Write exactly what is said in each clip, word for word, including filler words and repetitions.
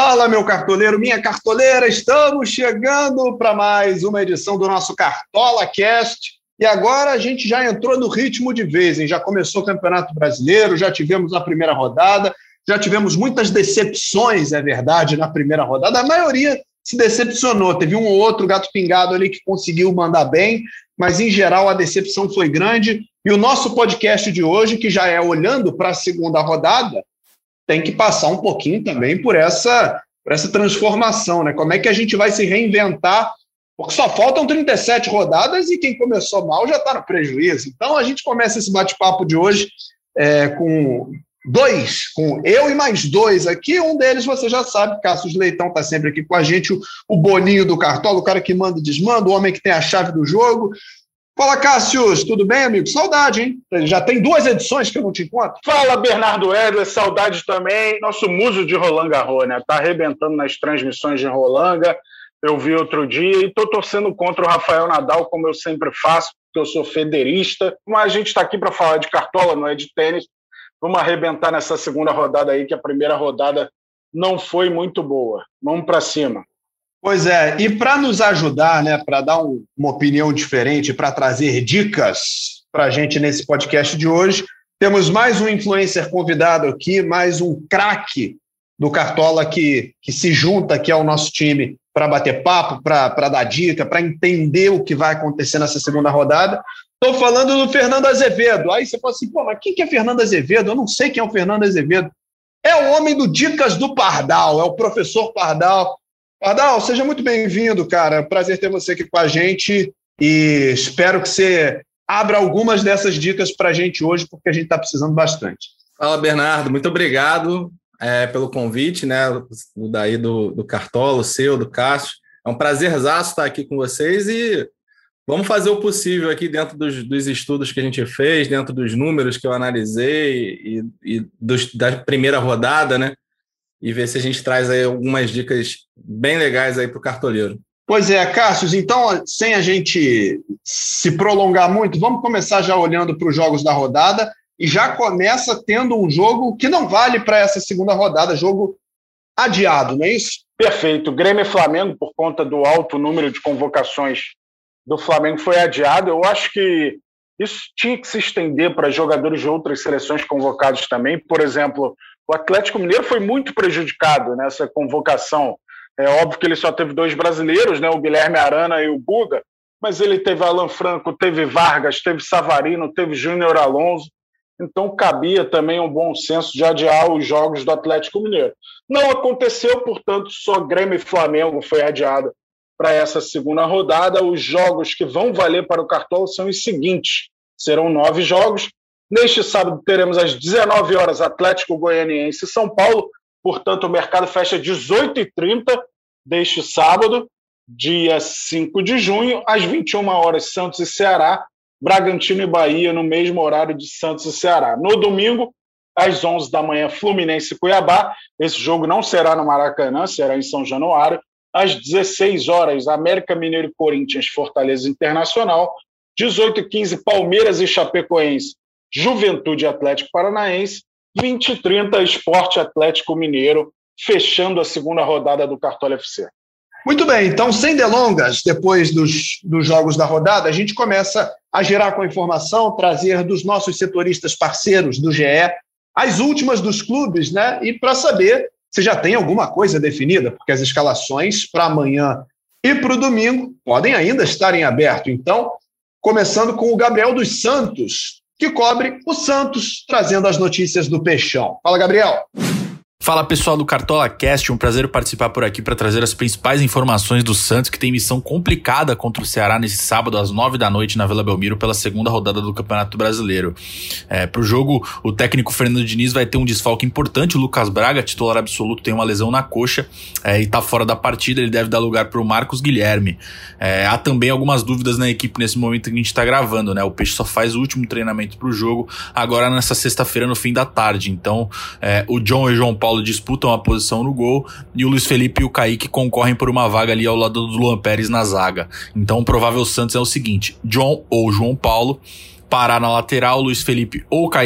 Fala, meu cartoleiro, minha cartoleira, estamos chegando para mais uma edição do nosso Cartola Cast. E agora a gente já entrou no ritmo de vez, hein? Já começou o Campeonato Brasileiro, já tivemos a primeira rodada, já tivemos muitas decepções, é verdade, na primeira rodada. A maioria se decepcionou, teve um ou outro gato pingado ali que conseguiu mandar bem, mas em geral a decepção foi grande. E o nosso podcast de hoje, que já é olhando para a segunda rodada, tem que passar um pouquinho também por essa, por essa transformação, né? Como é que a gente vai se reinventar? Porque só faltam trinta e sete rodadas e quem começou mal já está no prejuízo. Então a gente começa esse bate-papo de hoje é, com dois, com eu e mais dois aqui. Um deles você já sabe, Cássio Leitão está sempre aqui com a gente, o, o Boninho do Cartola, o cara que manda e desmanda, o homem que tem a chave do jogo. Fala, Cássio, tudo bem, amigo? Saudade, hein? Já tem duas edições que eu não te encontro. Fala, Bernardo Edler, saudade também. Nosso muso de Roland Garros, né? Tá arrebentando nas transmissões de Roland. Eu vi outro dia e tô torcendo contra o Rafael Nadal, como eu sempre faço, porque eu sou federista. Mas a gente está aqui para falar de cartola, não é de tênis. Vamos arrebentar nessa segunda rodada aí, que a primeira rodada não foi muito boa. Vamos para cima. Pois é, e para nos ajudar, né, para dar um, uma opinião diferente, para trazer dicas para a gente nesse podcast de hoje, temos mais um influencer convidado aqui, mais um craque do Cartola que, que se junta aqui ao nosso time para bater papo, para dar dica, para entender o que vai acontecer nessa segunda rodada. Estou falando do Fernando Azevedo. Aí você fala assim, pô, mas quem que é Fernando Azevedo? Eu não sei quem é o Fernando Azevedo. É o homem do Dicas do Pardal, é o professor Pardal. Pardal, seja muito bem-vindo, cara. Prazer ter você aqui com a gente e espero que você abra algumas dessas dicas para a gente hoje, porque a gente está precisando bastante. Fala, Bernardo. Muito obrigado é, pelo convite, né? O daí do, do Cartola, o seu, do Cássio. É um prazerzaço estar aqui com vocês e vamos fazer o possível aqui dentro dos, dos estudos que a gente fez, dentro dos números que eu analisei e, e dos, da primeira rodada, né? E ver se a gente traz aí algumas dicas bem legais aí para o cartoleiro. Pois é, Cássio, então, sem a gente se prolongar muito, vamos começar já olhando para os jogos da rodada e já começa tendo um jogo que não vale para essa segunda rodada, jogo adiado, não é isso? Perfeito. Grêmio e Flamengo, por conta do alto número de convocações do Flamengo, foi adiado. Eu acho que isso tinha que se estender para jogadores de outras seleções convocados também. Por exemplo, o Atlético Mineiro foi muito prejudicado nessa convocação. É óbvio que ele só teve dois brasileiros, né, o Guilherme Arana e o Guga, mas ele teve Alan Franco, teve Vargas, teve Savarino, teve Júnior Alonso. Então cabia também um bom senso de adiar os jogos do Atlético Mineiro. Não aconteceu, portanto, só Grêmio e Flamengo foi adiado para essa segunda rodada. Os jogos que vão valer para o Cartola são os seguintes. Serão nove jogos. Neste sábado teremos às dezenove horas Atlético Goianiense e São Paulo, portanto o mercado fecha às dezoito e trinta deste sábado, dia cinco de junho, às vinte e uma horas Santos e Ceará, Bragantino e Bahia no mesmo horário de Santos e Ceará. No domingo, às onze da manhã, Fluminense e Cuiabá, esse jogo não será no Maracanã, será em São Januário. Às dezesseis horas, América Mineiro e Corinthians, Fortaleza Internacional, dezoito e quinze, Palmeiras e Chapecoense, Juventude Atlético Paranaense, vinte e trinta, Sport Atlético Mineiro, fechando a segunda rodada do Cartola F C. Muito bem, então, sem delongas, depois dos, dos jogos da rodada, a gente começa a gerar com a informação, trazer dos nossos setoristas parceiros do G E as últimas dos clubes, né? E para saber se já tem alguma coisa definida, porque as escalações para amanhã e para o domingo podem ainda estar em aberto. Então, começando com o Gabriel dos Santos, que cobre o Santos, trazendo as notícias do Peixão. Fala, Gabriel. Fala, pessoal do Cartola Cast, um prazer participar por aqui para trazer as principais informações do Santos, que tem missão complicada contra o Ceará nesse sábado às nove da noite na Vila Belmiro pela segunda rodada do Campeonato Brasileiro. É, para o jogo, o técnico Fernando Diniz vai ter um desfalque importante. O Lucas Braga, titular absoluto, tem uma lesão na coxa é, e está fora da partida. Ele deve dar lugar para o Marcos Guilherme. É, há também algumas dúvidas na equipe nesse momento que a gente está gravando, né? O Peixe só faz o último treinamento para o jogo agora nessa sexta-feira no fim da tarde. Então, é, o John e o João Paulo disputam a posição no gol e o Luiz Felipe e o Kaique concorrem por uma vaga ali ao lado do Luan Pérez na zaga. Então o provável Santos é o seguinte: John ou João Paulo, Pará na lateral, Luiz Felipe ou Kaique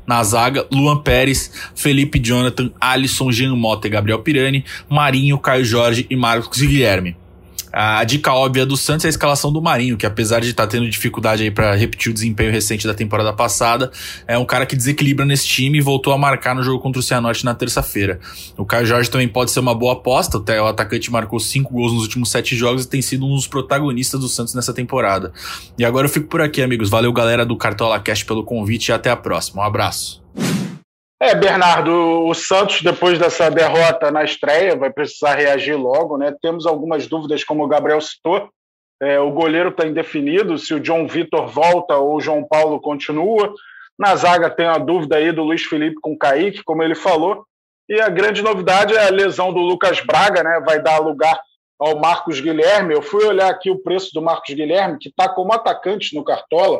Na zaga, Luan Pérez, Felipe Jonathan, Alisson, Jean Mota e Gabriel Pirani, Marinho, Caio Jorge e Marcos Guilherme. A dica óbvia do Santos é a escalação do Marinho, que apesar de estar tendo dificuldade aí para repetir o desempenho recente da temporada passada, é um cara que desequilibra nesse time e voltou a marcar no jogo contra o Cianorte na terça-feira. O Caio Jorge também pode ser uma boa aposta, o atacante marcou cinco gols nos últimos sete jogos e tem sido um dos protagonistas do Santos nessa temporada. E agora eu fico por aqui, amigos. Valeu, galera do Cartola Cast, pelo convite e até a próxima. Um abraço. É, Bernardo, o Santos, depois dessa derrota na estreia, vai precisar reagir logo, né? Temos algumas dúvidas, como o Gabriel citou. É, o goleiro está indefinido, se o John Vitor volta ou o João Paulo continua. Na zaga tem a dúvida aí do Luiz Felipe com o Kaique, como ele falou. E a grande novidade é a lesão do Lucas Braga, né? Vai dar lugar ao Marcos Guilherme. Eu fui olhar aqui o preço do Marcos Guilherme, que está como atacante no Cartola.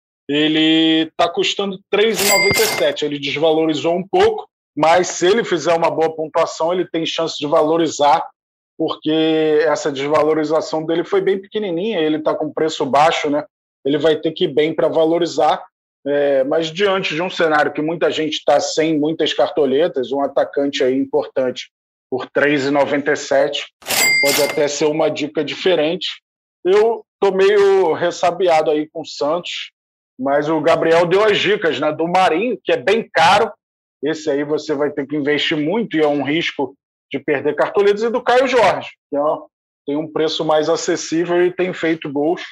Ele está custando três reais e noventa e sete centavos. Ele desvalorizou um pouco, mas se ele fizer uma boa pontuação, ele tem chance de valorizar, porque essa desvalorização dele foi bem pequenininha, ele está com preço baixo, né? Ele vai ter que ir bem para valorizar, é, mas diante de um cenário que muita gente está sem muitas cartoletas, um atacante aí importante por três reais e noventa e sete centavos pode até ser uma dica diferente. Eu estou meio ressabiado aí com o Santos, mas o Gabriel deu as dicas, né, do Marinho, que é bem caro. Esse aí você vai ter que investir muito e é um risco de perder cartoletas, e do Caio Jorge, que ó, tem um preço mais acessível e tem feito gols.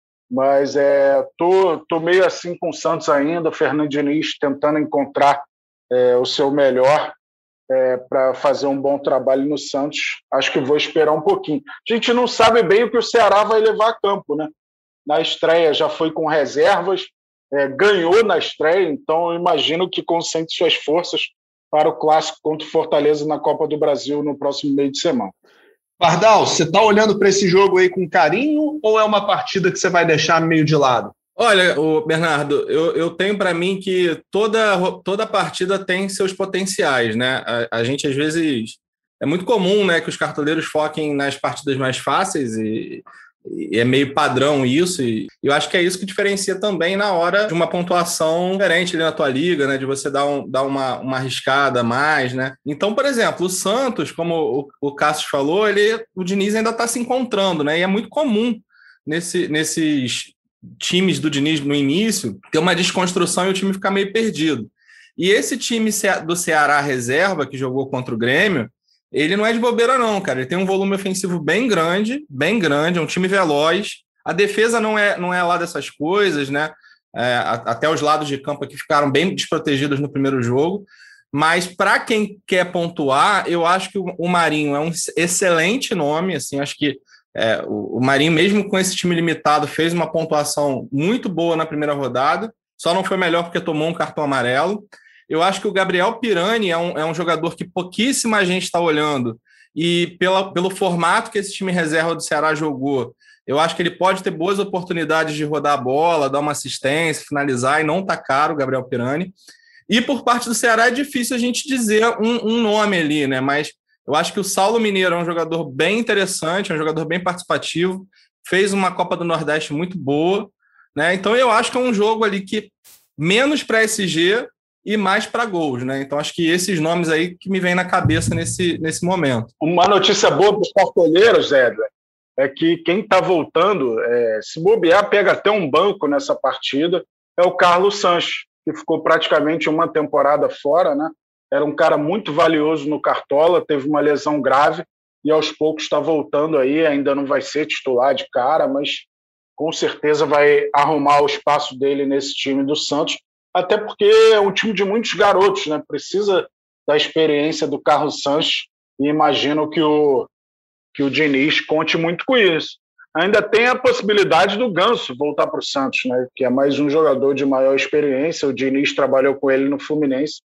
Mas é, tô, tô meio assim com o Santos ainda, o Fernando Diniz tentando encontrar é, o seu melhor é, para fazer um bom trabalho no Santos. Acho que vou esperar um pouquinho. A gente não sabe bem o que o Ceará vai levar a campo, né? Na estreia já foi com reservas, é, ganhou na estreia, então eu imagino que concentre suas forças para o clássico contra o Fortaleza na Copa do Brasil no próximo meio de semana. Pardal, você está olhando para esse jogo aí com carinho ou é uma partida que você vai deixar meio de lado? Olha, o Bernardo, eu, eu tenho para mim que toda, toda partida tem seus potenciais, né? A, a gente, às vezes, é muito comum, né, que os cartoleiros foquem nas partidas mais fáceis e... E é meio padrão isso, e eu acho que é isso que diferencia também na hora de uma pontuação diferente ali na tua liga, né? De você dar, um, dar uma, uma arriscada a mais, né? Então, por exemplo, o Santos, como o, o Cássio falou, ele, o Diniz ainda está se encontrando, né? E é muito comum nesse, nesses times do Diniz no início ter uma desconstrução e o time ficar meio perdido. E esse time do Ceará reserva, que jogou contra o Grêmio, ele não é de bobeira não, cara. Ele tem um volume ofensivo bem grande, bem grande, é um time veloz. A defesa não é, não é lá dessas coisas, né? É, até os lados de campo aqui ficaram bem desprotegidos no primeiro jogo. Mas para quem quer pontuar, eu acho que o Marinho é um excelente nome. Assim, acho que é, o, o Marinho, mesmo com esse time limitado, fez uma pontuação muito boa na primeira rodada. Só não foi melhor porque tomou um cartão amarelo. Eu acho que o Gabriel Pirani é um, é um jogador que pouquíssima gente está olhando, e pela, pelo formato que esse time reserva do Ceará jogou, eu acho que ele pode ter boas oportunidades de rodar a bola, dar uma assistência, finalizar, e não está caro o Gabriel Pirani. E por parte do Ceará é difícil a gente dizer um, um nome ali, né? Mas eu acho que o Saulo Mineiro é um jogador bem interessante, é um jogador bem participativo, fez uma Copa do Nordeste muito boa, né? Então eu acho que é um jogo ali que menos para S G e mais para gols, né? Então acho que esses nomes aí que me vêm na cabeça nesse, nesse momento. Uma notícia boa para os cartoleiros, Edler, é que quem está voltando, é, se bobear, pega até um banco nessa partida, é o Carlos Sanches, que ficou praticamente uma temporada fora, né? Era um cara muito valioso no Cartola, teve uma lesão grave e aos poucos está voltando aí, ainda não vai ser titular de cara, mas com certeza vai arrumar o espaço dele nesse time do Santos, até porque é um time de muitos garotos, né? Precisa da experiência do Carlos Sanches e imagino que o, que o Diniz conte muito com isso. Ainda tem a possibilidade do Ganso voltar para o Santos, né? Que é mais um jogador de maior experiência. O Diniz trabalhou com ele no Fluminense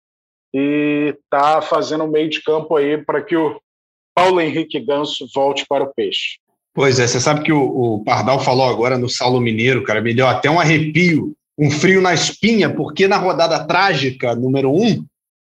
e está fazendo um meio de campo aí para que o Paulo Henrique Ganso volte para o Peixe. Pois é, você sabe que o, o Pardal falou agora no Saulo Mineiro, cara, me deu até um arrepio, um frio na espinha, porque na rodada trágica, número um,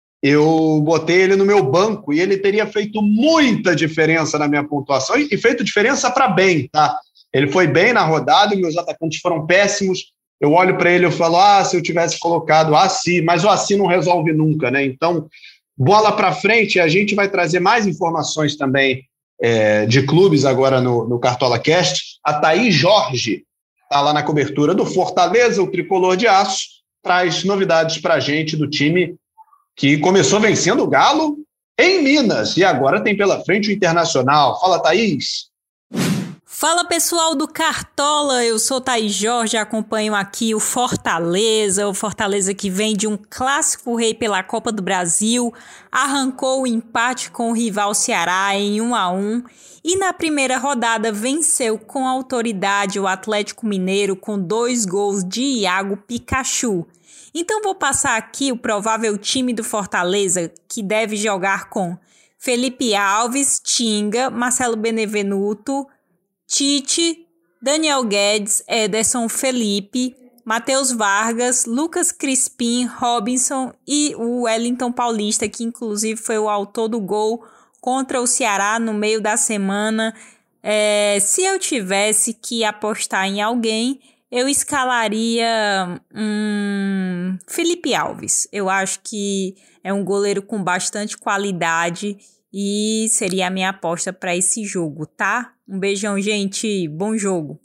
eu botei ele no meu banco e ele teria feito muita diferença na minha pontuação e feito diferença para bem, tá? Ele foi bem na rodada e meus atacantes foram péssimos, eu olho para ele e falo, ah, se eu tivesse colocado Assi, mas o Assi não resolve nunca, né? Então, bola para frente, a gente vai trazer mais informações também é, de clubes agora no, no Cartola Cast. A Thaís Jorge está lá na cobertura do Fortaleza, o tricolor de aço, traz novidades para a gente do time que começou vencendo o Galo em Minas e agora tem pela frente o Internacional. Fala, Thaís. Fala, pessoal do Cartola, eu sou Thaís Jorge, acompanho aqui o Fortaleza, o Fortaleza que vem de um clássico rei pela Copa do Brasil, arrancou o empate com o rival Ceará em um a um e na primeira rodada venceu com autoridade o Atlético Mineiro com dois gols de Iago Pikachu. Então vou passar aqui o provável time do Fortaleza, que deve jogar com Felipe Alves, Tinga, Marcelo Benevenuto, Tite, Daniel Guedes, Ederson, Felipe, Matheus Vargas, Lucas Crispim, Robinson e o Wellington Paulista, que inclusive foi o autor do gol contra o Ceará no meio da semana. É, se eu tivesse que apostar em alguém, eu escalaria hum, Felipe Alves. Eu acho que é um goleiro com bastante qualidade e seria a minha aposta para esse jogo, tá? Um beijão, gente. Bom jogo.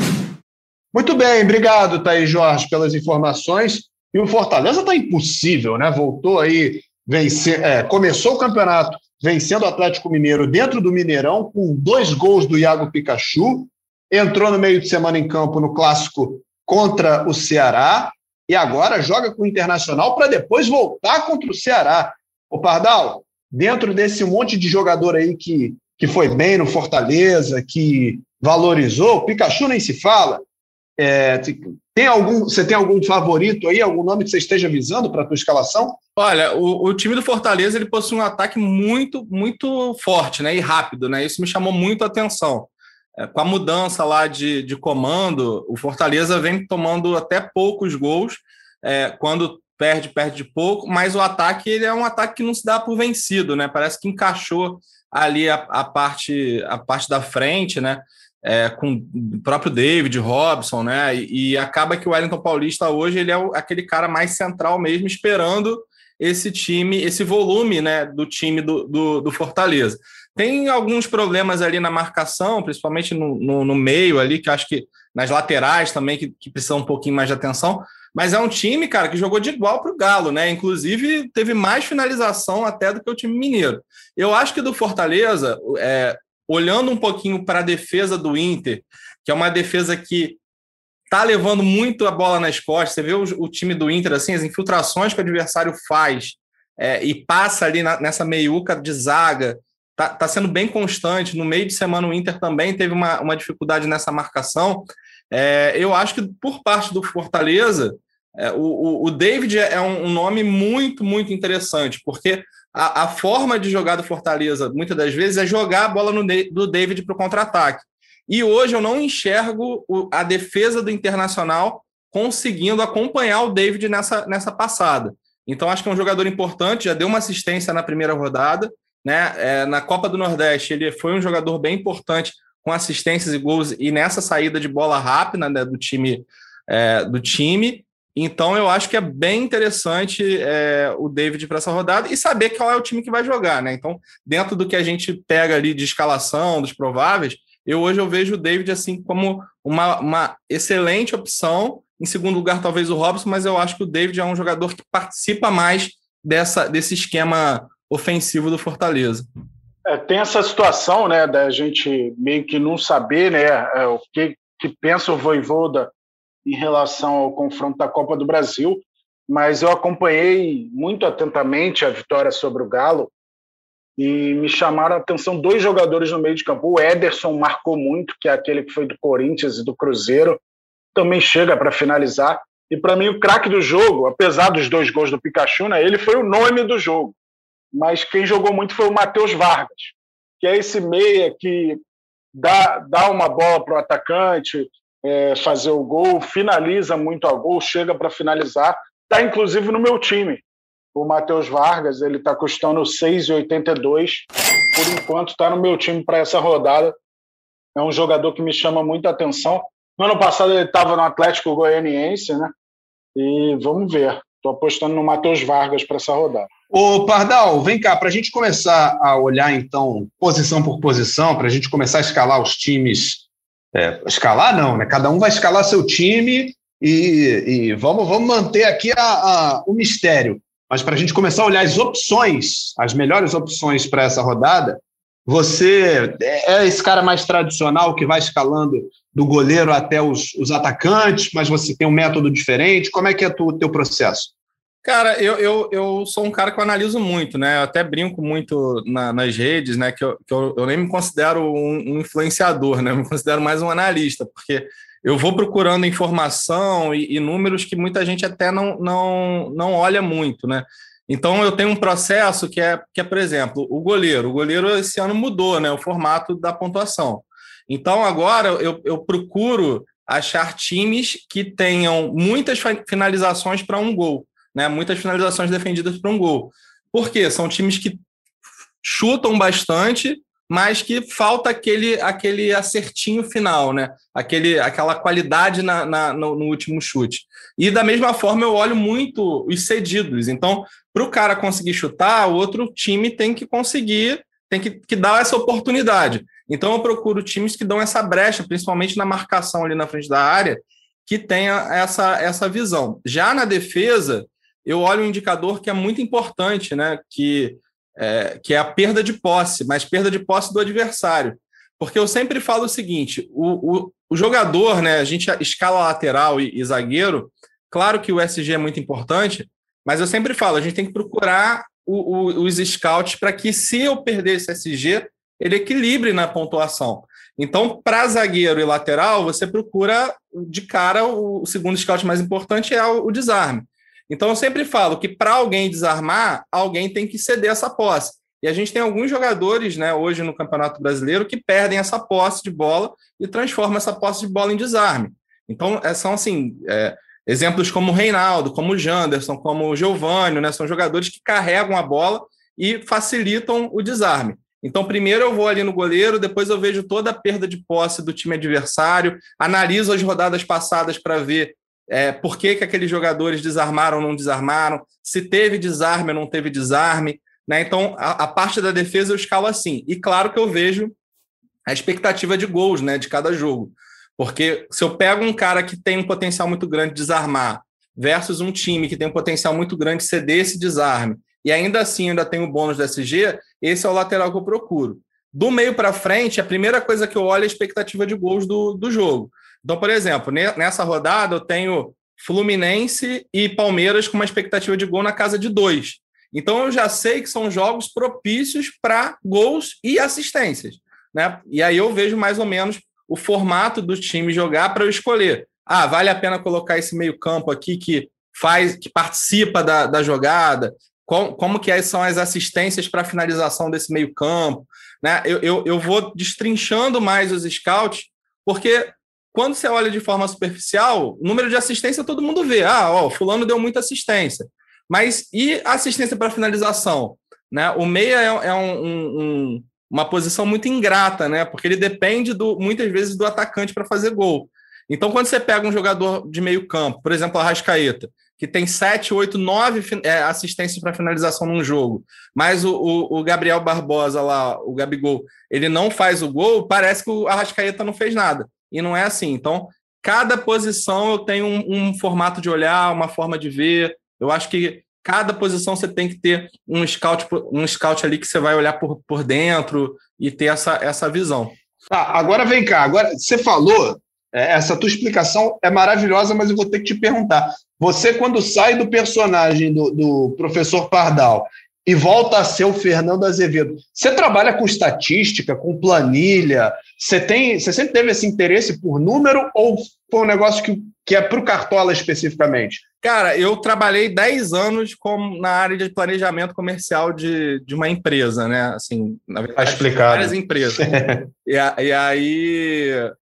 Muito bem, obrigado, Thaís Jorge, pelas informações. E o Fortaleza está impossível, né? Voltou aí, vencer, é, começou o campeonato vencendo o Atlético Mineiro dentro do Mineirão, com dois gols do Iago Pikachu. Entrou no meio de semana em campo no clássico contra o Ceará e agora joga com o Internacional para depois voltar contra o Ceará. Ô Pardal, dentro desse monte de jogador aí que, que foi bem no Fortaleza, que valorizou, o Pikachu nem se fala. É, tem algum, você tem algum favorito aí, algum nome que você esteja visando para a tua escalação? Olha, o, o time do Fortaleza ele possui um ataque muito, muito forte, né, e rápido, né? Isso me chamou muito a atenção. É, com a mudança lá de, de comando, o Fortaleza vem tomando até poucos gols, é, quando perde, perde de pouco, mas o ataque ele é um ataque que não se dá por vencido, né? Parece que encaixou ali a, a, parte, a parte da frente, né? É, com o próprio David, Robson, né? E, e acaba que o Wellington Paulista hoje ele é o, aquele cara mais central mesmo, esperando esse time, esse volume, né, do time do, do, do Fortaleza. Tem alguns problemas ali na marcação, principalmente no, no, no meio ali, que eu acho que nas laterais também, que, que precisam um pouquinho mais de atenção, mas é um time, cara, que jogou de igual para o Galo, né? Inclusive, teve mais finalização até do que o time mineiro. Eu acho que do Fortaleza, é, olhando um pouquinho para a defesa do Inter, que é uma defesa que tá levando muito a bola nas costas, você vê o, o time do Inter, assim, as infiltrações que o adversário faz é, e passa ali na, nessa meiuca de zaga, tá, tá sendo bem constante. No meio de semana o Inter também teve uma, uma dificuldade nessa marcação. É, eu acho que por parte do Fortaleza, é, o, o David é um, um nome muito, muito interessante, porque a, a forma de jogar do Fortaleza, muitas das vezes, é jogar a bola no, do David para o contra-ataque. E hoje eu não enxergo o, a defesa do Internacional conseguindo acompanhar o David nessa, nessa passada. Então, acho que é um jogador importante, já deu uma assistência na primeira rodada, né? É, na Copa do Nordeste, ele foi um jogador bem importante com assistências e gols e nessa saída de bola rápida, né, do time. É, do time. Então, eu acho que é bem interessante é, o David para essa rodada e saber qual é o time que vai jogar, né? Então, dentro do que a gente pega ali de escalação, dos prováveis, eu hoje eu vejo o David assim como uma, uma excelente opção. Em segundo lugar, talvez o Robson, mas eu acho que o David é um jogador que participa mais dessa, desse esquema ofensivo do Fortaleza. É, tem essa situação, né, da gente meio que não saber, né, é, o que, que pensa o Vojvoda em relação ao confronto da Copa do Brasil, mas eu acompanhei muito atentamente a vitória sobre o Galo e me chamaram a atenção dois jogadores no meio de campo. O Ederson marcou muito, que é aquele que foi do Corinthians e do Cruzeiro, também chega para finalizar. E para mim o craque do jogo, apesar dos dois gols do Pikachu, né, ele foi o nome do jogo. Mas quem jogou muito foi o Matheus Vargas, que é esse meia que dá, dá uma bola para o atacante, é, fazer o gol, finaliza muito a gol, chega para finalizar. Está inclusive no meu time. O Matheus Vargas, ele está custando seis reais e oitenta e dois centavos. Por enquanto está no meu time para essa rodada. É um jogador que me chama muita atenção. No ano passado ele estava no Atlético Goianiense, né? E vamos ver. Estou apostando no Matheus Vargas para essa rodada. Ô, Pardal, vem cá, para a gente começar a olhar, então, posição por posição, para a gente começar a escalar os times. É, escalar não, né? Cada um vai escalar seu time e, e vamos, vamos manter aqui a, a, o mistério. Mas para a gente começar a olhar as opções, as melhores opções para essa rodada, você é esse cara mais tradicional que vai escalando do goleiro até os, os atacantes, mas você tem um método diferente. Como é que é o teu processo? Cara, eu, eu, eu sou um cara que eu analiso muito, né? Eu até brinco muito na, nas redes, né? Que, eu, que eu, eu nem me considero um, um influenciador, né? Eu me considero mais um analista, porque eu vou procurando informação e, e números que muita gente até não, não, não olha muito, né? Então, eu tenho um processo que é, que é, por exemplo, o goleiro. O goleiro esse ano mudou, né? O formato da pontuação. Então, agora eu, eu procuro achar times que tenham muitas finalizações para um gol. Né, muitas finalizações defendidas para um gol. Por quê? São times que chutam bastante, mas que falta aquele, aquele acertinho final, né? aquele, aquela qualidade na, na, no, no último chute. E da mesma forma eu olho muito os cedidos. Então, para o cara conseguir chutar, o outro time tem que conseguir, tem que, que dar essa oportunidade. Então eu procuro times que dão essa brecha, principalmente na marcação ali na frente da área, que tenha essa, essa visão. Já na defesa, eu olho um indicador que é muito importante, né? que, é, que é a perda de posse, mas perda de posse do adversário. Porque eu sempre falo o seguinte, o, o, o jogador, né, a gente escala lateral e, e zagueiro, claro que o S G é muito importante, mas eu sempre falo, a gente tem que procurar o, o, os scouts para que, se eu perder esse S G, ele equilibre na pontuação. Então, para zagueiro e lateral, você procura, de cara, o, o segundo scout mais importante é o, o desarme. Então, eu sempre falo que para alguém desarmar, alguém tem que ceder essa posse. E a gente tem alguns jogadores, né, hoje no Campeonato Brasileiro que perdem essa posse de bola e transformam essa posse de bola em desarme. Então, são assim, é, exemplos como o Reinaldo, como o Janderson, como o Giovânio, né, são jogadores que carregam a bola e facilitam o desarme. Então, primeiro eu vou ali no goleiro, depois eu vejo toda a perda de posse do time adversário, analiso as rodadas passadas para ver É, por que, que aqueles jogadores desarmaram ou não desarmaram, se teve desarme ou não teve desarme, né? Então, a, a parte da defesa eu escalo assim. E claro que eu vejo a expectativa de gols, né, de cada jogo. Porque se eu pego um cara que tem um potencial muito grande de desarmar versus um time que tem um potencial muito grande de ceder esse desarme, e ainda assim ainda tem o bônus do S G, esse é o lateral que eu procuro. Do meio para frente, a primeira coisa que eu olho é a expectativa de gols do, do jogo. Então, por exemplo, nessa rodada eu tenho Fluminense e Palmeiras com uma expectativa de gol na casa de dois. Então eu já sei que são jogos propícios para gols e assistências, né? E aí eu vejo mais ou menos o formato do time jogar para eu escolher. Ah, vale a pena colocar esse meio campo aqui que faz, que participa da, da jogada, como, como que são as assistências para a finalização desse meio campo, né? Eu, eu, eu vou destrinchando mais os scouts, porque quando você olha de forma superficial, número de assistência todo mundo vê. Ah, ó, fulano deu muita assistência. Mas e a assistência para finalização? Né? O meia é, é um, um, uma posição muito ingrata, né? Porque ele depende, do, muitas vezes, do atacante para fazer gol. Então, quando você pega um jogador de meio campo, por exemplo, a Arrascaeta, que tem sete, oito, nove é, assistências para finalização num jogo, mas o, o, o Gabriel Barbosa lá, o Gabigol, ele não faz o gol, parece que o Arrascaeta não fez nada. E não é assim. Então, cada posição eu tenho um, um formato de olhar, uma forma de ver. Eu acho que cada posição você tem que ter um scout, um scout ali que você vai olhar por, por dentro e ter essa, essa visão. Ah, agora vem cá. Agora, você falou, é, essa tua explicação é maravilhosa, mas eu vou ter que te perguntar. Você, quando sai do personagem do, do professor Pardal e volta a ser o Fernando Azevedo, você trabalha com estatística, com planilha? Você, tem, você sempre teve esse interesse por número ou foi um negócio que, que é para o Cartola especificamente? Cara, eu trabalhei dez anos com, na área de planejamento comercial de, de uma empresa, né? Assim, na verdade, explicado. Várias empresas. e, a, e aí...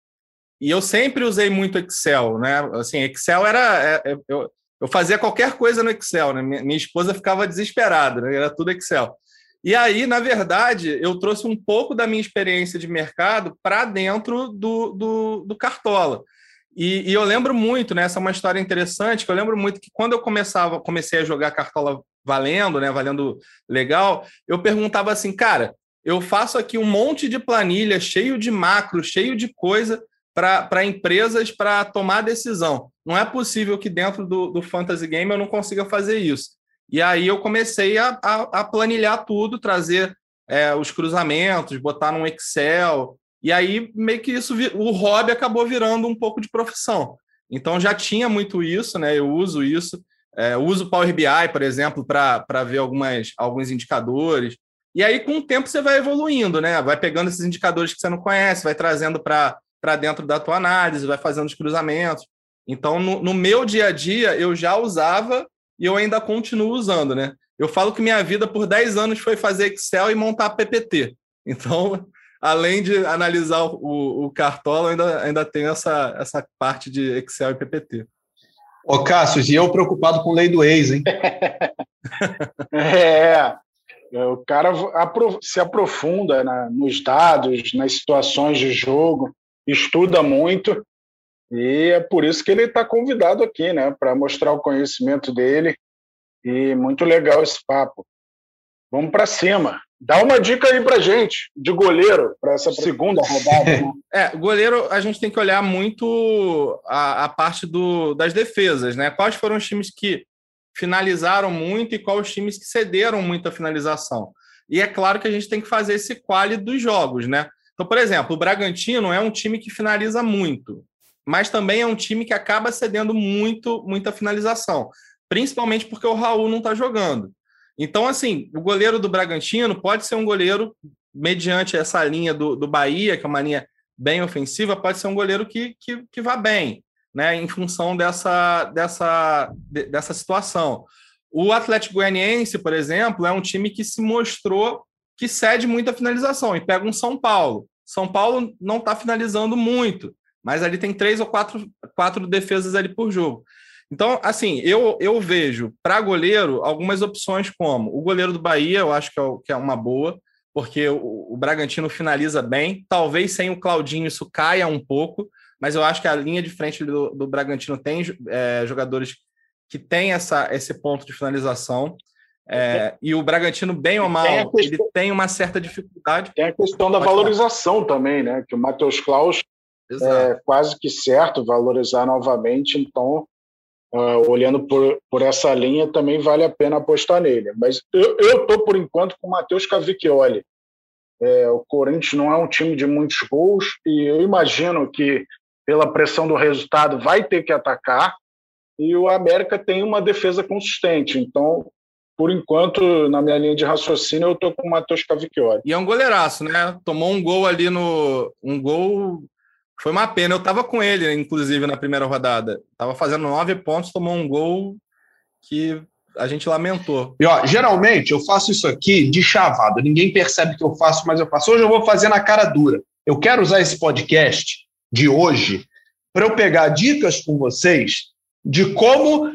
E eu sempre usei muito Excel, né? Assim, Excel era... É, eu, eu fazia qualquer coisa no Excel, né? Minha, minha esposa ficava desesperada, né? Era tudo Excel. E aí, na verdade, eu trouxe um pouco da minha experiência de mercado para dentro do, do, do Cartola. E, e eu lembro muito, né? Essa é uma história interessante, que eu lembro muito que quando eu começava, comecei a jogar Cartola valendo, né? Valendo legal, eu perguntava assim, cara, eu faço aqui um monte de planilha, cheio de macro, cheio de coisa para empresas para tomar decisão. Não é possível que dentro do, do Fantasy Game eu não consiga fazer isso. E aí eu comecei a, a, a planilhar tudo, trazer é, os cruzamentos, botar num Excel. E aí meio que isso, o hobby acabou virando um pouco de profissão. Então já tinha muito isso, né? Eu uso isso. É, uso o Power B I, por exemplo, para ver algumas, alguns indicadores. E aí, com o tempo, você vai evoluindo, né? Vai pegando esses indicadores que você não conhece, vai trazendo para para dentro da tua análise, vai fazendo os cruzamentos. Então, no, no meu dia a dia, eu já usava e eu ainda continuo usando, né? Eu falo que minha vida por dez anos foi fazer Excel e montar P P T. Então, além de analisar o, o Cartola, eu ainda, ainda tenho essa, essa parte de Excel e P P T. Ô, Cássio, e eu preocupado com lei do ex, hein? É, o cara se aprofunda na, nos dados, nas situações de jogo, estuda muito, e é por isso que ele está convidado aqui, né, para mostrar o conhecimento dele, e muito legal esse papo. Vamos para cima. Dá uma dica aí para gente, de goleiro, para essa segunda rodada. Né? É, goleiro, a gente tem que olhar muito a, a parte do, das defesas, né? Quais foram os times que finalizaram muito e quais os times que cederam muita finalização. E é claro que a gente tem que fazer esse quali dos jogos, né? Então, por exemplo, o Bragantino é um time que finaliza muito, mas também é um time que acaba cedendo muito, muita finalização, principalmente porque o Raul não está jogando. Então, assim, o goleiro do Bragantino pode ser um goleiro, mediante essa linha do, do Bahia, que é uma linha bem ofensiva, pode ser um goleiro que, que, que vá bem, né, em função dessa, dessa, dessa situação. O Atlético Goianiense, por exemplo, é um time que se mostrou que cede muita finalização e pega um São Paulo. São Paulo não está finalizando muito, mas ali tem três ou quatro, quatro defesas ali por jogo. Então, assim, eu, eu vejo para goleiro algumas opções como o goleiro do Bahia, eu acho que é, que é uma boa, porque o, o Bragantino finaliza bem. Talvez sem o Claudinho isso caia um pouco, mas eu acho que a linha de frente do, do Bragantino tem é, jogadores que têm essa, esse ponto de finalização. É, e o Bragantino, bem ou mal, tem questão, ele tem uma certa dificuldade. Tem a questão da Pode valorização falar. também, né? Que o Matheus Klaus é quase que certo valorizar novamente, então, uh, olhando por, por essa linha, também vale a pena apostar nele. Mas eu estou, por enquanto, com o Matheus Cavicchioli. É, o Corinthians não é um time de muitos gols e eu imagino que, pela pressão do resultado, vai ter que atacar, e o América tem uma defesa consistente, então, por enquanto, na minha linha de raciocínio, eu estou com o Matheus Cavicchioli. E é um goleiraço, né? Tomou um gol ali no... Um gol... Foi uma pena. Eu estava com ele, inclusive, na primeira rodada. Estava fazendo nove pontos, tomou um gol que a gente lamentou. E, ó, geralmente, eu faço isso aqui de chavado. Ninguém percebe que eu faço, mas eu faço. Hoje eu vou fazer na cara dura. Eu quero usar esse podcast de hoje para eu pegar dicas com vocês de como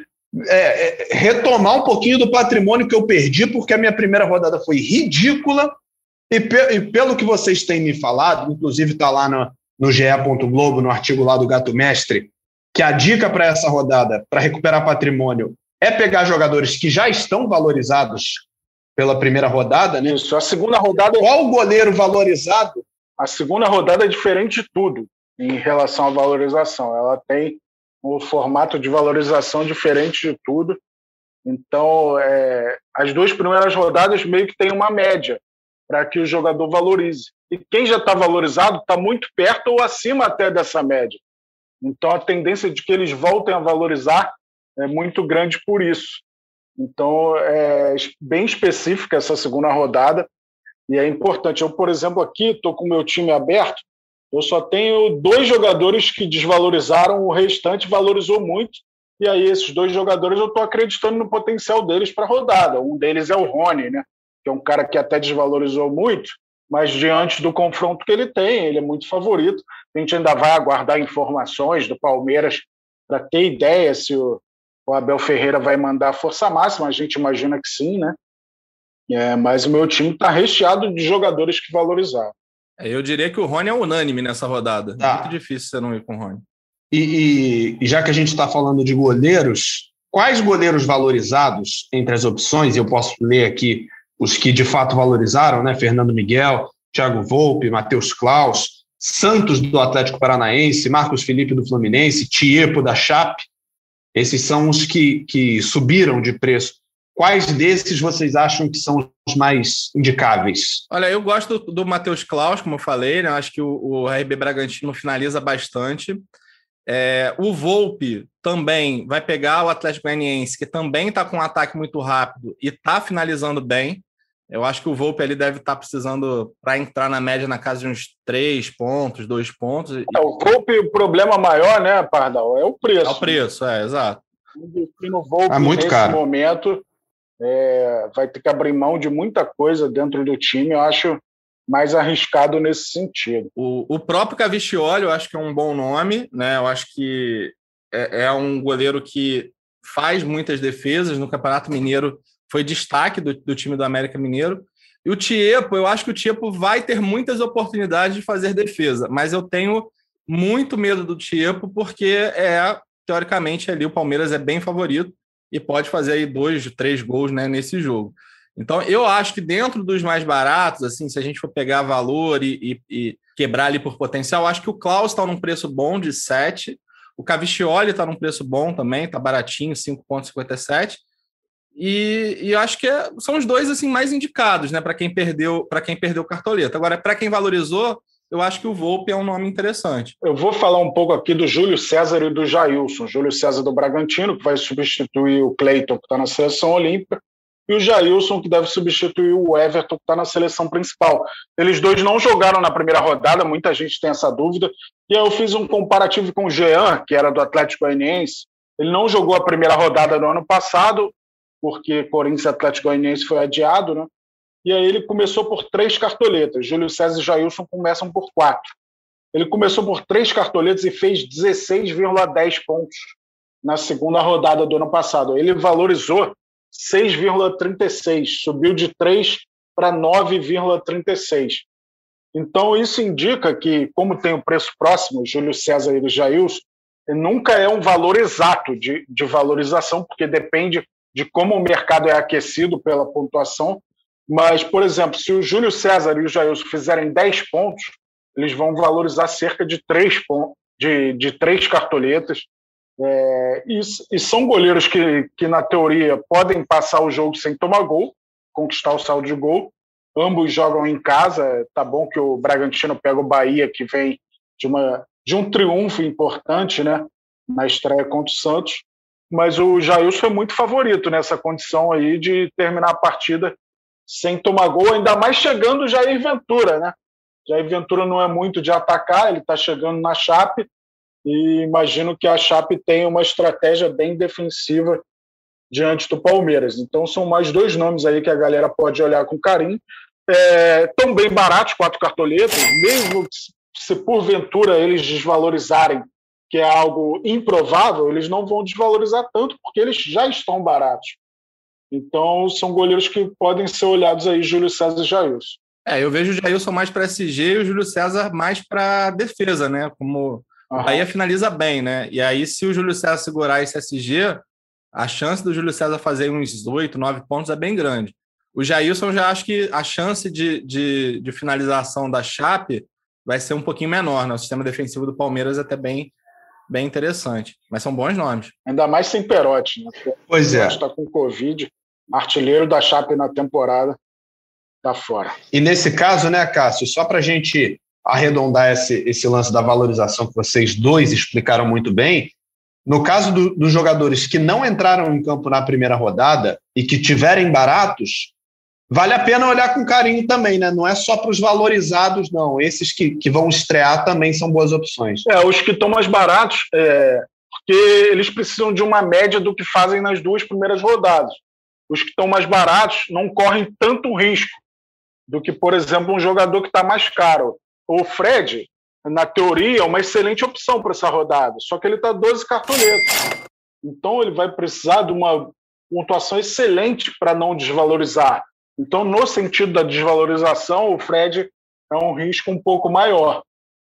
é, é, retomar um pouquinho do patrimônio que eu perdi, porque a minha primeira rodada foi ridícula, e, pe- e pelo que vocês têm me falado, inclusive está lá no, no G E. Globo, no artigo lá do Gato Mestre, que a dica para essa rodada, para recuperar patrimônio, é pegar jogadores que já estão valorizados pela primeira rodada, né? Isso, a segunda rodada... Qual o goleiro valorizado? A segunda rodada é diferente de tudo em relação à valorização. Ela tem um formato de valorização diferente de tudo. Então, é, as duas primeiras rodadas meio que tem uma média para que o jogador valorize. E quem já está valorizado está muito perto ou acima até dessa média. Então, a tendência de que eles voltem a valorizar é muito grande por isso. Então, é bem específica essa segunda rodada e é importante. Eu, por exemplo, aqui estou com o meu time aberto, eu só tenho dois jogadores que desvalorizaram, o restante valorizou muito, e aí esses dois jogadores eu estou acreditando no potencial deles para a rodada. Um deles é o Rony, né, que é um cara que até desvalorizou muito, mas diante do confronto que ele tem, ele é muito favorito. A gente ainda vai aguardar informações do Palmeiras para ter ideia se o, o Abel Ferreira vai mandar a força máxima, a gente imagina que sim, né? É, mas o meu time está recheado de jogadores que valorizaram. Eu diria que o Rony é unânime nessa rodada. Tá. Muito difícil você não ir com o Rony. E, e já que a gente está falando de goleiros, quais goleiros valorizados entre as opções, eu posso ler aqui os que de fato valorizaram, né? Fernando Miguel, Thiago Volpe, Matheus Klaus, Santos do Atlético Paranaense, Marcos Felipe do Fluminense, Tiepo da Chape. Esses são os que, que subiram de preço. Quais desses vocês acham que são os mais indicáveis? Olha, eu gosto do, do Matheus Klaus, como eu falei, né? Acho que o, o R B Bragantino finaliza bastante. É, o Volpe também vai pegar o Atlético Goianiense, que também está com um ataque muito rápido e está finalizando bem. Eu acho que o Volpe ali deve estar tá precisando para entrar na média na casa de uns três pontos, dois pontos. É, o Volpe, o problema maior, né, Pardal, é o preço. É o preço, é, exato. O Volpe, é muito nesse caro. momento, é, vai ter que abrir mão de muita coisa dentro do time. Eu acho mais arriscado nesse sentido. O, o próprio Cavicchioli, eu acho que é um bom nome, né? Eu acho que é, é um goleiro que faz muitas defesas no Campeonato Mineiro, foi destaque do, do time do América Mineiro. E o Tiepo, eu acho que o Tiepo vai ter muitas oportunidades de fazer defesa, mas eu tenho muito medo do Tiepo porque é, teoricamente, ali o Palmeiras é bem favorito e pode fazer aí dois, três gols, né, nesse jogo. Então, eu acho que dentro dos mais baratos, assim, se a gente for pegar valor e, e, e quebrar ali por potencial, eu acho que o Klaus está num preço bom de sete, o Cavicchioli está num preço bom também, está baratinho, cinco vírgula cinquenta e sete, e, e eu acho que é, são os dois assim, mais indicados, né, para quem perdeu para quem perdeu cartoleta. Agora, para quem valorizou, eu acho que o Volpe é um nome interessante. Eu vou falar um pouco aqui do Júlio César e do Jailson. Júlio César do Bragantino, que vai substituir o Cleiton, que está na seleção olímpica, e o Jailson, que deve substituir o Everton, que está na seleção principal. Eles dois não jogaram na primeira rodada, muita gente tem essa dúvida, e aí eu fiz um comparativo com o Jean, que era do Atlético Goianiense. Ele não jogou a primeira rodada no ano passado, porque Corinthians e Atlético Goianiense foi adiado, né? E aí ele começou por três cartoletas. Júlio César e Jailson começam por quatro. Ele começou por três cartoletas e fez dezesseis vírgula dez pontos na segunda rodada do ano passado. Ele valorizou seis vírgula trinta e seis, subiu de três para nove vírgula trinta e seis. Então, isso indica que, como tem o preço próximo, Júlio César e Jailson, nunca é um valor exato de, de valorização, porque depende de como o mercado é aquecido pela pontuação. Mas, por exemplo, se o Júlio César e o Jailson fizerem dez pontos, eles vão valorizar cerca de três, pontos, de, de três cartoletas. É, e, e são goleiros que, que, na teoria, podem passar o jogo sem tomar gol, conquistar o saldo de gol. Ambos jogam em casa. Tá bom que o Bragantino pega o Bahia, que vem de, uma, de um triunfo importante, né, na estreia contra o Santos. Mas o Jailson é muito favorito nessa condição aí de terminar a partida sem tomar gol, ainda mais chegando o Jair Ventura, né? Jair Ventura não é muito de atacar, ele está chegando na Chape, e imagino que a Chape tenha uma estratégia bem defensiva diante do Palmeiras. Então são mais dois nomes aí que a galera pode olhar com carinho. É, tão bem baratos, quatro cartoletas, mesmo se porventura eles desvalorizarem, que é algo improvável, eles não vão desvalorizar tanto, porque eles já estão baratos. Então, são goleiros que podem ser olhados aí, Júlio César e Jailson. É, eu vejo o Jailson mais para S G e o Júlio César mais para defesa, né? Como uhum. O Bahia finaliza bem, né? E aí, se o Júlio César segurar esse S G, a chance do Júlio César fazer uns oito, nove pontos é bem grande. O Jailson, já acho que a chance de, de, de finalização da Chape vai ser um pouquinho menor, né? O sistema defensivo do Palmeiras é até bem, bem interessante. Mas são bons nomes. Ainda mais sem Perotti, né? Pois é. Está com Covid. Artilheiro da Chape na temporada, está fora. E nesse caso, né, Cássio, só para a gente arredondar esse, esse lance da valorização que vocês dois explicaram muito bem, no caso do, dos jogadores que não entraram em campo na primeira rodada e que tiverem baratos, vale a pena olhar com carinho também, né? Não é só para os valorizados, não. Esses que, que vão estrear também são boas opções. É, os que estão mais baratos, é, porque eles precisam de uma média do que fazem nas duas primeiras rodadas. Os que estão mais baratos não correm tanto risco do que, por exemplo, um jogador que está mais caro. O Fred, na teoria, é uma excelente opção para essa rodada, só que ele está doze cartoletas. Então, ele vai precisar de uma pontuação excelente para não desvalorizar. Então, no sentido da desvalorização, o Fred é um risco um pouco maior.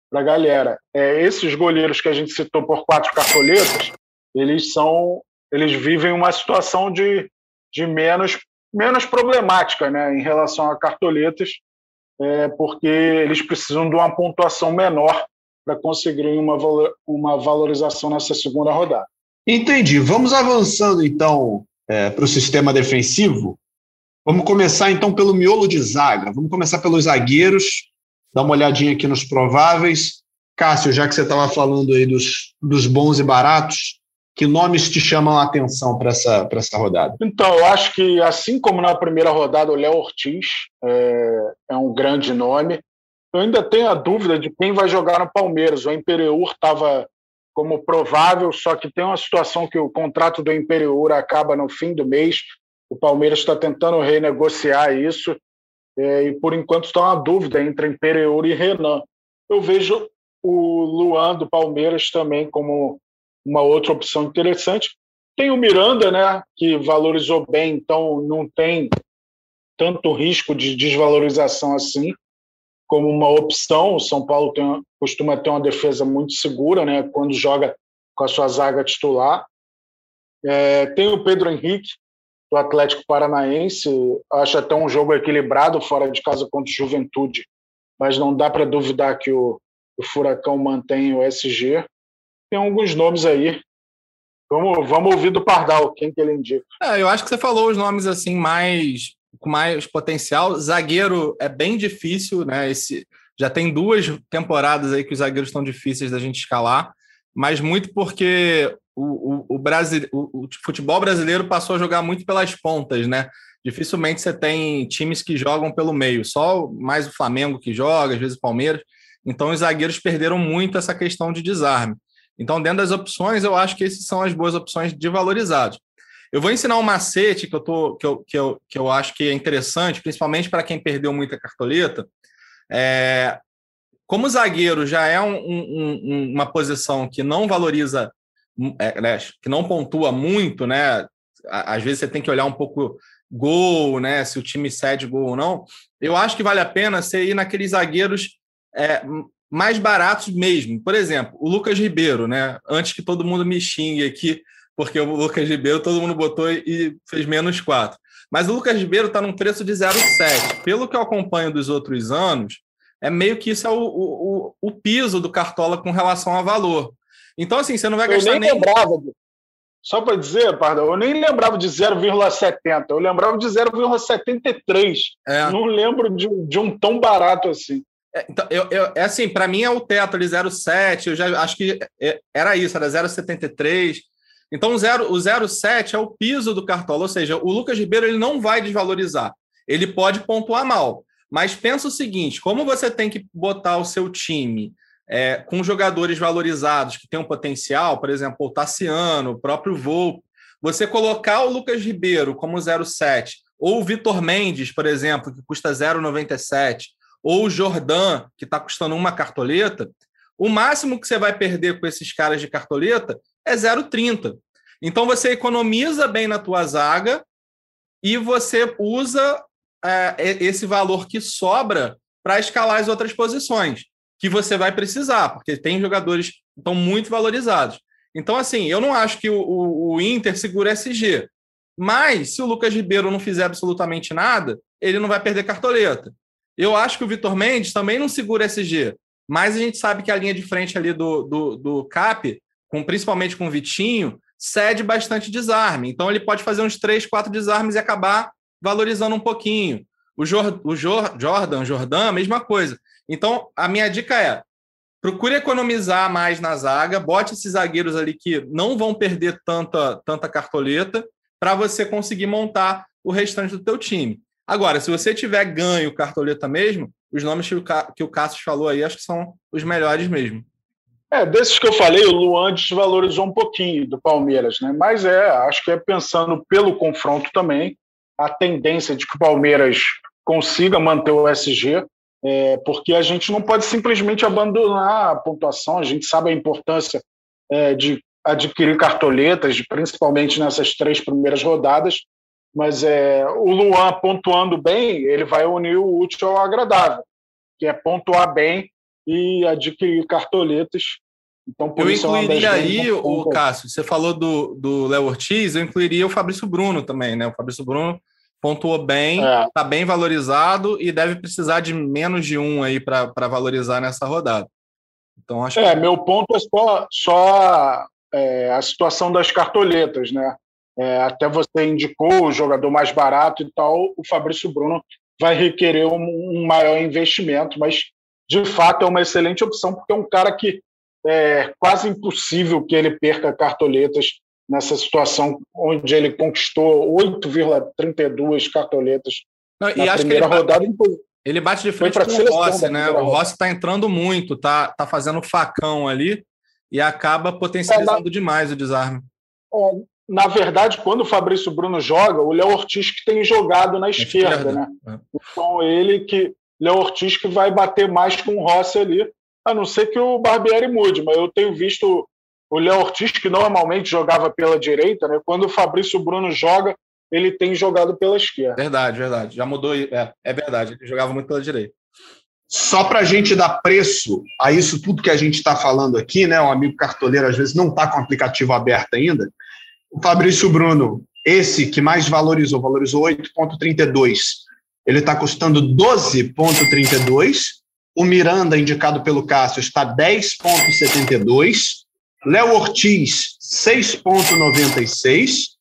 para a galera. É, esses goleiros que a gente citou por quatro cartoletas, eles são, eles vivem uma situação de, de menos, menos problemática, né, em relação a cartoletas, é, porque eles precisam de uma pontuação menor para conseguir uma, uma valorização nessa segunda rodada. Entendi. Vamos avançando, então, é, para o sistema defensivo. Vamos começar, então, pelo miolo de zaga. Vamos começar pelos zagueiros. Dá uma olhadinha aqui nos prováveis. Cássio, já que você estava falando aí dos, dos bons e baratos, que nomes te chamam a atenção para essa, para essa rodada? Então, eu acho que, assim como na primeira rodada, o Léo Ortiz é, é um grande nome. Eu ainda tenho a dúvida de quem vai jogar no Palmeiras. O Imperiur estava como provável, só que tem uma situação que o contrato do Imperiur acaba no fim do mês. O Palmeiras está tentando renegociar isso, é, e por enquanto está uma dúvida entre Imperiur e Renan. Eu vejo o Luan do Palmeiras também como uma outra opção interessante. Tem o Miranda, né, que valorizou bem, então não tem tanto risco de desvalorização assim, como uma opção. O São Paulo tem, costuma ter uma defesa muito segura, né, quando joga com a sua zaga titular. É, tem o Pedro Henrique, do Atlético Paranaense. Acho até um jogo equilibrado fora de casa contra o Juventude, mas não dá para duvidar que o, o Furacão mantém o S G. Tem alguns nomes aí. Vamos, vamos ouvir do Pardal, quem que ele indica. É, eu acho que você falou os nomes assim mais com mais potencial. Zagueiro é bem difícil, né? Esse, já tem duas temporadas aí que os zagueiros estão difíceis da gente escalar, mas muito porque o, o, o, Brasil, o, o futebol brasileiro passou a jogar muito pelas pontas, né? Dificilmente você tem times que jogam pelo meio, só mais o Flamengo que joga, às vezes o Palmeiras. Então os zagueiros perderam muito essa questão de desarme. Então, dentro das opções, eu acho que essas são as boas opções de valorizados. Eu vou ensinar um macete que eu, tô, que eu, que eu, que eu acho que é interessante, principalmente para quem perdeu muita cartoleta. É, como o zagueiro já é um, um, uma posição que não valoriza, é, né, que não pontua muito, né? Às vezes você tem que olhar um pouco gol, né? Se o time cede gol ou não. Eu acho que vale a pena você ir naqueles zagueiros é, mais baratos mesmo. Por exemplo, o Lucas Ribeiro, né? Antes que todo mundo me xingue aqui, porque o Lucas Ribeiro todo mundo botou e fez menos quatro. Mas o Lucas Ribeiro está num preço de zero vírgula sete. Pelo que eu acompanho dos outros anos, é meio que isso é o, o, o piso do Cartola com relação a valor. Então, assim, você não vai gastar eu nem... nem... lembrava, só para dizer, Pardal, eu nem lembrava de zero vírgula setenta, eu lembrava de zero vírgula setenta e três. É. Não lembro de, de um tão barato assim. É, então, eu, eu, é assim, para mim é o teto ali, zero vírgula sete, eu já acho que era isso, era zero vírgula setenta e três. Então, o zero vírgula sete é o piso do Cartola, ou seja, o Lucas Ribeiro ele não vai desvalorizar, ele pode pontuar mal. Mas pensa o seguinte, como você tem que botar o seu time é, com jogadores valorizados que têm um potencial, por exemplo, o Tassiano, o próprio Volpe, você colocar o Lucas Ribeiro como zero vírgula sete, ou o Vitor Mendes, por exemplo, que custa zero vírgula noventa e sete, ou o Jordan, que está custando uma cartoleta, o máximo que você vai perder com esses caras de cartoleta é zero vírgula trinta. Então, você economiza bem na tua zaga e você usa é, esse valor que sobra para escalar as outras posições, que você vai precisar, porque tem jogadores que estão muito valorizados. Então, assim, eu não acho que o, o, o Inter segura S G, mas se o Lucas Ribeiro não fizer absolutamente nada, ele não vai perder cartoleta. Eu acho que o Vitor Mendes também não segura S G, mas a gente sabe que a linha de frente ali do, do, do Cap, com, principalmente com o Vitinho, cede bastante desarme. Então, ele pode fazer uns três, quatro desarmes e acabar valorizando um pouquinho. O, Jor, o Jor, Jordan, Jordan, a mesma coisa. Então, a minha dica é, procure economizar mais na zaga, bote esses zagueiros ali que não vão perder tanta, tanta cartoleta para você conseguir montar o restante do teu time. Agora, se você tiver ganho cartoleta mesmo, os nomes que o, que o Cássio falou aí, acho que são os melhores mesmo. É, desses que eu falei, o Luan desvalorizou um pouquinho do Palmeiras, né? Mas é, acho que é pensando pelo confronto também, a tendência de que o Palmeiras consiga manter o S G, é, porque a gente não pode simplesmente abandonar a pontuação, a gente sabe a importância é, de adquirir cartoletas, principalmente nessas três primeiras rodadas, mas é, o Luan pontuando bem, ele vai unir o útil ao agradável, que é pontuar bem e adquirir cartoletas. Então, por eu isso incluiria é aí, o Cássio, você falou do, do Léo Ortiz, eu incluiria o Fabrício Bruno também, né? O Fabrício Bruno pontuou bem, está é. bem valorizado e deve precisar de menos de um aí para valorizar nessa rodada. Então, acho é, que... meu ponto é só, só é, a situação das cartoletas, né? É, até você indicou o jogador mais barato e tal, o Fabrício Bruno vai requerer um, um maior investimento, mas de fato é uma excelente opção, porque é um cara que é quase impossível que ele perca cartoletas nessa situação onde ele conquistou oito vírgula trinta e dois cartoletas Não, na e acho primeira que ele rodada. Bate, ele bate de frente com o Rossi, né? O Rossi está entrando muito, tá, tá fazendo facão ali e acaba potencializando é, na, demais o desarme. É, na verdade, quando o Fabrício Bruno joga, o Léo Ortiz que tem jogado na esquerda, esquerda. né? É. Então ele que Léo Ortiz que vai bater mais com o Rossi ali, a não ser que o Barbieri mude, mas eu tenho visto o Léo Ortiz, que normalmente jogava pela direita, né? Quando o Fabrício Bruno joga, ele tem jogado pela esquerda. Verdade, verdade. Já mudou, é, é verdade, ele jogava muito pela direita. Só para a gente dar preço a isso tudo que a gente está falando aqui, né? O amigo cartoleiro às vezes não está com o aplicativo aberto ainda. O Fabrício Bruno, esse que mais valorizou, valorizou oito vírgula trinta e dois, ele está custando doze vírgula trinta e dois. O Miranda, indicado pelo Cássio, está dez vírgula setenta e dois. Léo Ortiz, seis vírgula noventa e seis.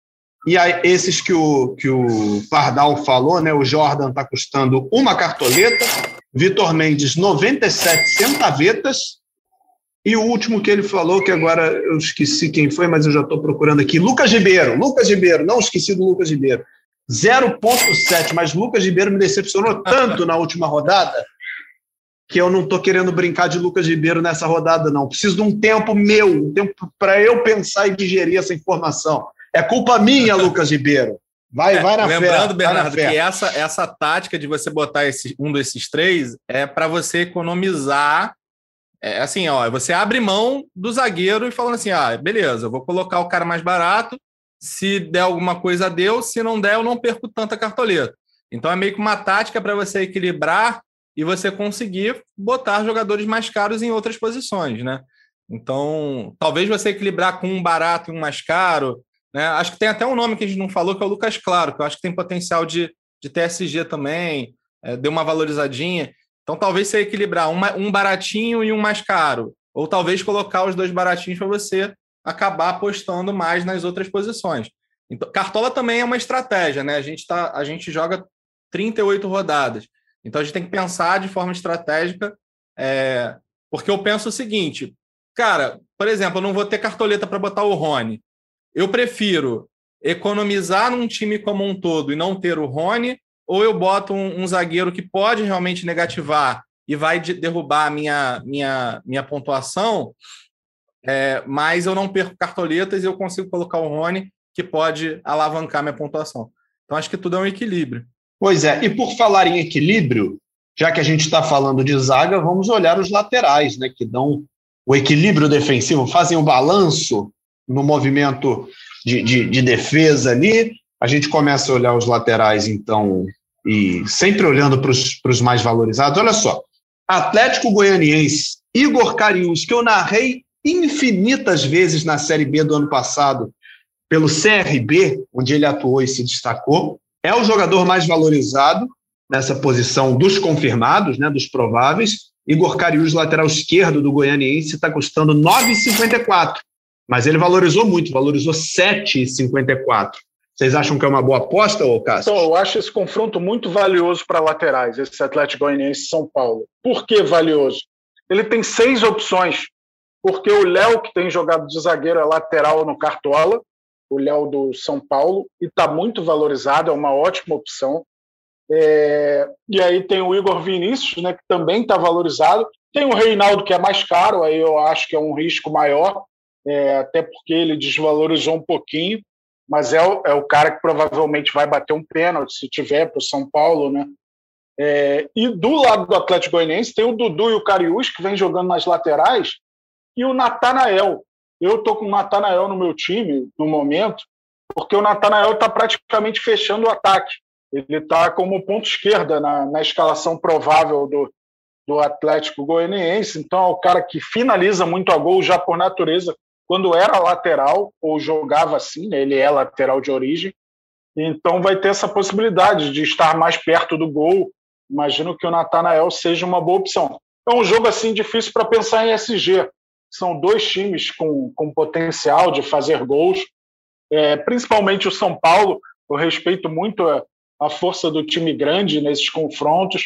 E aí, esses que o, que o Pardal falou, né? O Jordan está custando uma cartoleta. Vitor Mendes, noventa e sete centavetas. E o último que ele falou, que agora eu esqueci quem foi, mas eu já estou procurando aqui, Lucas Ribeiro. Lucas Ribeiro, não esqueci do Lucas Ribeiro. zero vírgula sete, mas Lucas Ribeiro me decepcionou tanto na última rodada que eu não estou querendo brincar de Lucas Ribeiro nessa rodada, não. Preciso de um tempo meu, um tempo para eu pensar e digerir essa informação. É culpa minha, Lucas Ribeiro. Vai, é, vai na fé. Lembrando, Bernardo, que essa, essa tática de você botar esse, um desses três é para você economizar. É, assim, ó, você abre mão do zagueiro e falando assim, ah, beleza, eu vou colocar o cara mais barato, se der alguma coisa, deu, se não der, eu não perco tanta cartoleta. Então é meio que uma tática para você equilibrar e você conseguir botar jogadores mais caros em outras posições, né? Então, talvez você equilibrar com um barato e um mais caro, né? Acho que tem até um nome que a gente não falou, que é o Lucas Claro, que eu acho que tem potencial de, de T S G também, é, deu uma valorizadinha. Então, talvez você equilibrar uma, um baratinho e um mais caro, ou talvez colocar os dois baratinhos para você acabar apostando mais nas outras posições. Então, Cartola também é uma estratégia, né? A gente, tá, a gente joga trinta e oito rodadas. Então, a gente tem que pensar de forma estratégica, é, porque eu penso o seguinte, cara, por exemplo, eu não vou ter cartoleta para botar o Rony. Eu prefiro economizar num time como um todo e não ter o Rony, ou eu boto um, um zagueiro que pode realmente negativar e vai de, derrubar a minha, minha, minha pontuação, é, mas eu não perco cartoletas e eu consigo colocar o Rony, que pode alavancar minha pontuação. Então, acho que tudo é um equilíbrio. Pois é, e por falar em equilíbrio, já que a gente está falando de zaga, vamos olhar os laterais, né, que dão o equilíbrio defensivo, fazem o balanço no movimento de, de, de defesa ali. A gente começa a olhar os laterais, então, e sempre olhando para os mais valorizados. Olha só, Atlético Goianiense, Igor Cariús, que eu narrei infinitas vezes na Série B do ano passado, pelo C R B, onde ele atuou e se destacou, é o jogador mais valorizado nessa posição dos confirmados, né, dos prováveis. Igor Cariús, lateral esquerdo do Goianiense, está custando nove vírgula cinquenta e quatro, mas ele valorizou muito, valorizou sete vírgula cinquenta e quatro. Vocês acham que é uma boa aposta, ô Cássio? Então, eu acho esse confronto muito valioso para laterais, esse Atlético Goianiense São Paulo. Por que valioso? Ele tem seis opções, porque o Léo, que tem jogado de zagueiro, é lateral no Cartola, o Léo do São Paulo, e está muito valorizado, é uma ótima opção. É... E aí tem o Igor Vinícius, né, que também está valorizado. Tem o Reinaldo, que é mais caro, aí eu acho que é um risco maior, é... até porque ele desvalorizou um pouquinho, mas é o, é o cara que provavelmente vai bater um pênalti, se tiver, para o São Paulo, né? É... E do lado do Atlético Goianiense tem o Dudu e o Cariús, que vem jogando nas laterais, e o Natanael. Eu estou com o Natanael no meu time, no momento, porque o Natanael está praticamente fechando o ataque. Ele está como ponto esquerda na, na escalação provável do, do Atlético Goianiense, então é o cara que finaliza muito a gol já por natureza, quando era lateral, ou jogava assim, né? Ele é lateral de origem, então vai ter essa possibilidade de estar mais perto do gol. Imagino que o Natanael seja uma boa opção. É um jogo assim difícil para pensar em S G. São dois times com, com potencial de fazer gols, é, principalmente o São Paulo. Eu respeito muito a, a força do time grande nesses confrontos,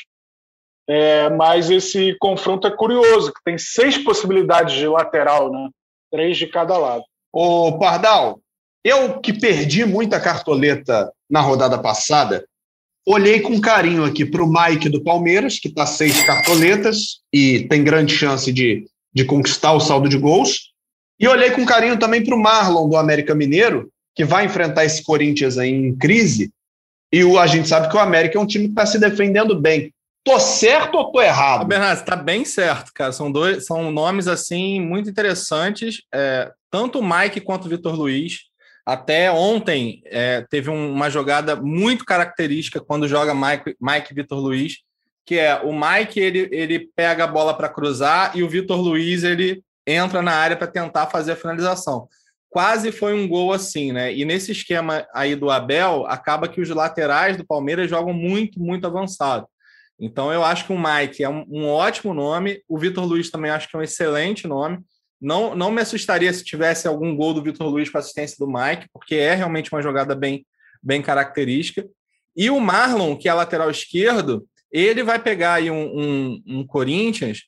é, mas esse confronto é curioso, que tem seis possibilidades de lateral, né? Três de cada lado. Ô, Pardal, eu que perdi muita cartoleta na rodada passada, olhei com carinho aqui para o Mike do Palmeiras, que está seis cartoletas e tem grande chance de, de conquistar o saldo de gols. E olhei com carinho também para o Marlon do América Mineiro, que vai enfrentar esse Corinthians aí em crise. E o, a gente sabe que o América é um time que está se defendendo bem. Tô certo ou tô errado? Ah, Bernardo, está bem certo, cara. São, dois, são nomes assim muito interessantes. É, tanto o Mike quanto o Vitor Luiz. Até ontem é, teve um, uma jogada muito característica quando joga Mike, Mike e Vitor Luiz, que é o Mike ele, ele pega a bola para cruzar e o Vitor Luiz ele entra na área para tentar fazer a finalização. Quase foi um gol assim, né? E nesse esquema aí do Abel, acaba que os laterais do Palmeiras jogam muito, muito avançado. Então eu acho que o Mike é um, um ótimo nome, o Vitor Luiz também acho que é um excelente nome. Não, não me assustaria se tivesse algum gol do Vitor Luiz com assistência do Mike, porque é realmente uma jogada bem, bem característica. E o Marlon, que é lateral esquerdo, ele vai pegar aí um, um, um Corinthians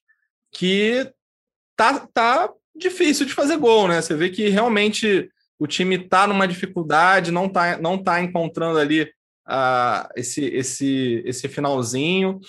que tá, tá difícil de fazer gol, né? Você vê que realmente o time tá numa dificuldade, não tá, não tá encontrando ali uh, esse, esse, esse finalzinho.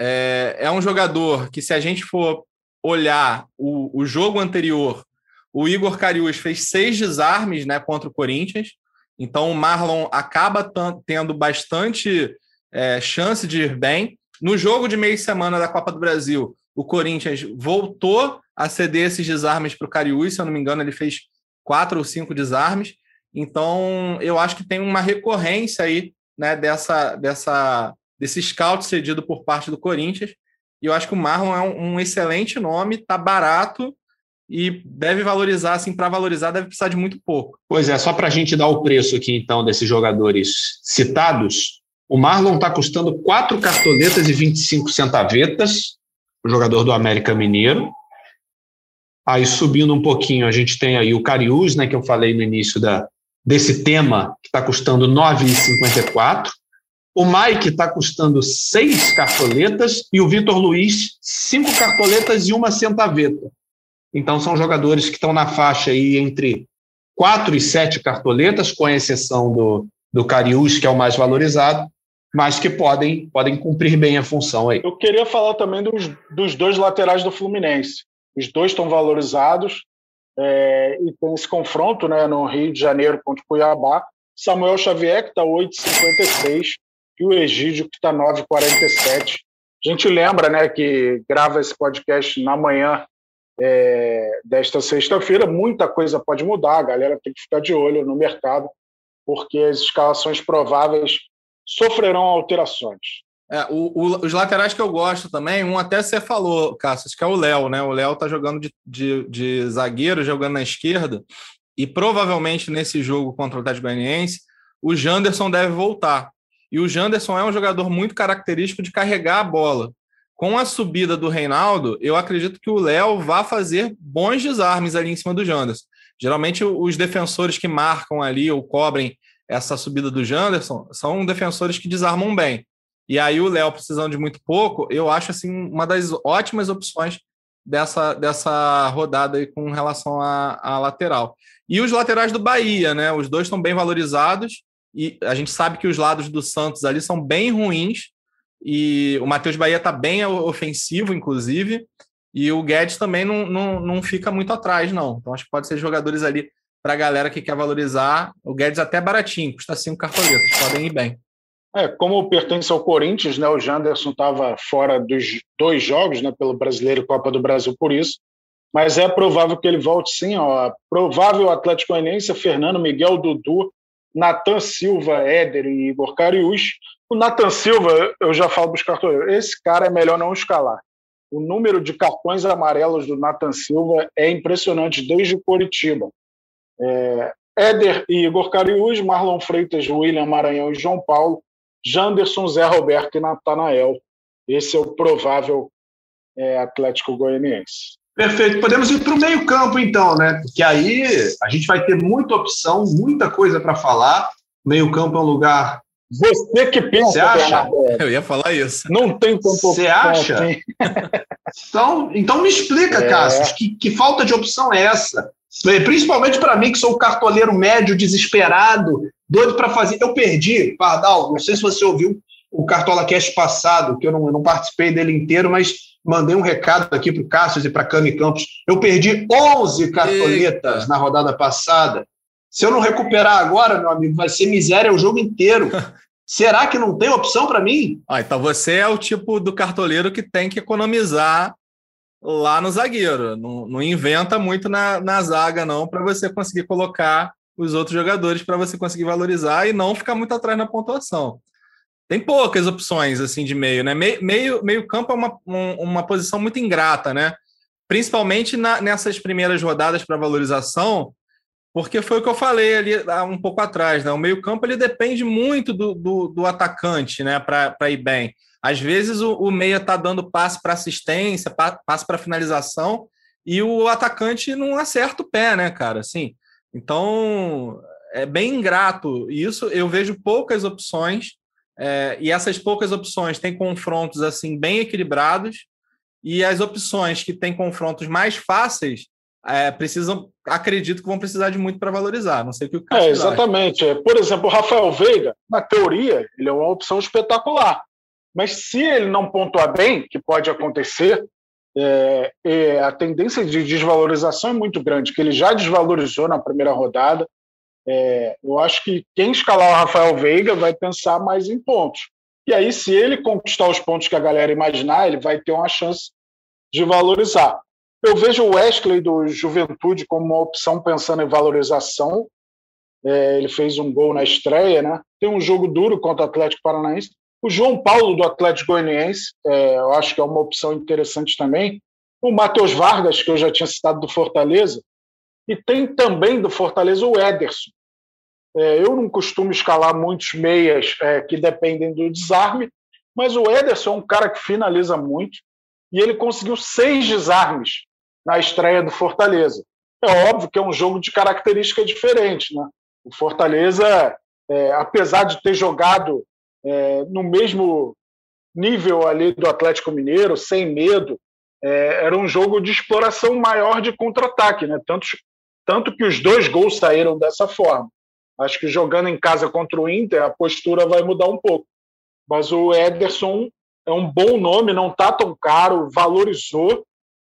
É, é um jogador que, se a gente for olhar o, o jogo anterior, o Igor Cariús fez seis desarmes, né, contra o Corinthians, então o Marlon acaba t- tendo bastante é, chance de ir bem. No jogo de meio de semana da Copa do Brasil, o Corinthians voltou a ceder esses desarmes para o Cariús, se eu não me engano, ele fez quatro ou cinco desarmes, então eu acho que tem uma recorrência aí, né, dessa, dessa, desse scout cedido por parte do Corinthians. E eu acho que o Marlon é um, um excelente nome, tá barato e deve valorizar, assim, para valorizar deve precisar de muito pouco. Pois é, só para a gente dar o preço aqui, então, desses jogadores citados, o Marlon está custando quatro cartoletas e vinte e cinco centavetas, o jogador do América Mineiro. Aí, subindo um pouquinho, a gente tem aí o Cariús, né, que eu falei no início da, desse tema, que está custando nove reais e cinquenta e quatro centavos. O Mike está custando seis cartoletas e o Vitor Luiz, cinco cartoletas e uma centaveta. Então, são jogadores que estão na faixa aí entre quatro e sete cartoletas, com exceção do, do Cariús, que é o mais valorizado, mas que podem, podem cumprir bem a função aí. Eu queria falar também dos, dos dois laterais do Fluminense. Os dois estão valorizados é, e tem esse confronto, né, no Rio de Janeiro contra o Cuiabá. Samuel Xavier, que está oito reais e cinquenta e seis centavos, e o Egídio, que está nove reais e quarenta e sete centavos. A gente lembra, né, que grava esse podcast na manhã é, desta sexta-feira. Muita coisa pode mudar, a galera tem que ficar de olho no mercado, porque as escalações prováveis sofrerão alterações. É, o, o, os laterais que eu gosto também, um até você falou, Cássio, que é o Léo, né? O Léo tá jogando de, de, de zagueiro, jogando na esquerda, e provavelmente nesse jogo contra o Atlético Goianiense, o Janderson deve voltar. E o Janderson é um jogador muito característico de carregar a bola. Com a subida do Reinaldo, eu acredito que o Léo vai fazer bons desarmes ali em cima do Janderson. Geralmente, os defensores que marcam ali ou cobrem essa subida do Janderson são defensores que desarmam bem. E aí o Léo, precisando de muito pouco, eu acho assim, uma das ótimas opções dessa, dessa rodada aí com relação à, à lateral. E os laterais do Bahia, né? Os dois estão bem valorizados, e a gente sabe que os lados do Santos ali são bem ruins, e o Matheus Bahia está bem ofensivo, inclusive, e o Guedes também não, não, não fica muito atrás, não. Então acho que pode ser jogadores ali para a galera que quer valorizar. O Guedes até é baratinho, custa cinco cartoletas, podem ir bem. É, como pertence ao Corinthians, né, o Janderson estava fora dos dois jogos, né, pelo Brasileiro e Copa do Brasil por isso, mas é provável que ele volte sim. Ó, provável Atlético Goianiense, Fernando, Miguel, Dudu, Nathan Silva, Éder e Igor Cariús. O Nathan Silva, eu já falo para os cartoleiros, esse cara é melhor não escalar. o número de cartões amarelos do Nathan Silva é impressionante desde o Coritiba. É, Éder e Igor Cariús, Marlon Freitas, William Maranhão e João Paulo, Janderson, Zé Roberto e Natanael. Esse é o provável é, Atlético Goianiense. Perfeito. Podemos ir para o meio campo, então, né? Porque aí a gente vai ter muita opção, muita coisa para falar. Meio campo é um lugar... Você que pensa, Você acha? Eu ia falar isso. Não tem tanto Você acha? Assim. Então, então me explica, é. Cássio, que, que falta de opção é essa? Principalmente para mim, que sou o cartoleiro médio, desesperado, doido para fazer. Eu perdi, Pardal, não sei se você ouviu o Cartola Cast passado, que eu não, eu não participei dele inteiro, mas mandei um recado aqui para o Cássio e para a Cami Campos. Eu perdi onze cartoletas Eita. na rodada passada. Se eu não recuperar agora, meu amigo, vai ser miséria o jogo inteiro. Será que não tem opção para mim? Ah, então você é o tipo do cartoleiro que tem que economizar lá no zagueiro. Não, não inventa muito na, na zaga, não, para você conseguir colocar os outros jogadores, para você conseguir valorizar e não ficar muito atrás na pontuação. Tem poucas opções assim de meio, né? Meio, meio, meio campo é uma, um, uma posição muito ingrata, né? Principalmente na, nessas primeiras rodadas para valorização, porque foi o que eu falei ali um pouco atrás, né? O meio-campo ele depende muito do, do, do atacante, né? Para ir bem. Às vezes o, o meia está dando passe para assistência, passe para finalização, e o atacante não acerta o pé, né, cara? Assim, então é bem ingrato. E isso eu vejo poucas opções, é, e essas poucas opções têm confrontos assim bem equilibrados, e as opções que têm confrontos mais fáceis É, precisam, acredito que vão precisar de muito para valorizar. Não sei o que o Cássio É, exatamente. Acha. Por exemplo, o Rafael Veiga, na teoria, ele é uma opção espetacular. Mas se ele não pontuar bem, que pode acontecer, é, é, a tendência de desvalorização é muito grande, que ele já desvalorizou na primeira rodada. É, eu acho que quem escalar o Rafael Veiga vai pensar mais em pontos. E aí, se ele conquistar os pontos que a galera imaginar, ele vai ter uma chance de valorizar. Eu vejo o Wesley do Juventude como uma opção pensando em valorização. É, ele fez um gol na estreia, né? Tem um jogo duro contra o Atlético Paranaense. O João Paulo do Atlético Goianiense, é, eu acho que é uma opção interessante também. O Matheus Vargas, que eu já tinha citado do Fortaleza. E tem também do Fortaleza o Ederson. É, eu não costumo escalar muitos meias é, que dependem do desarme, mas o Ederson é um cara que finaliza muito e ele conseguiu seis desarmes na estreia do Fortaleza. É óbvio que é um jogo de característica diferente, né? O Fortaleza, é, apesar de ter jogado é, no mesmo nível ali do Atlético Mineiro, sem medo, é, era um jogo de exploração maior de contra-ataque, né? Tanto, tanto que os dois gols saíram dessa forma. Acho que jogando em casa contra o Inter, a postura vai mudar um pouco. Mas o Ederson é um bom nome, não está tão caro, valorizou,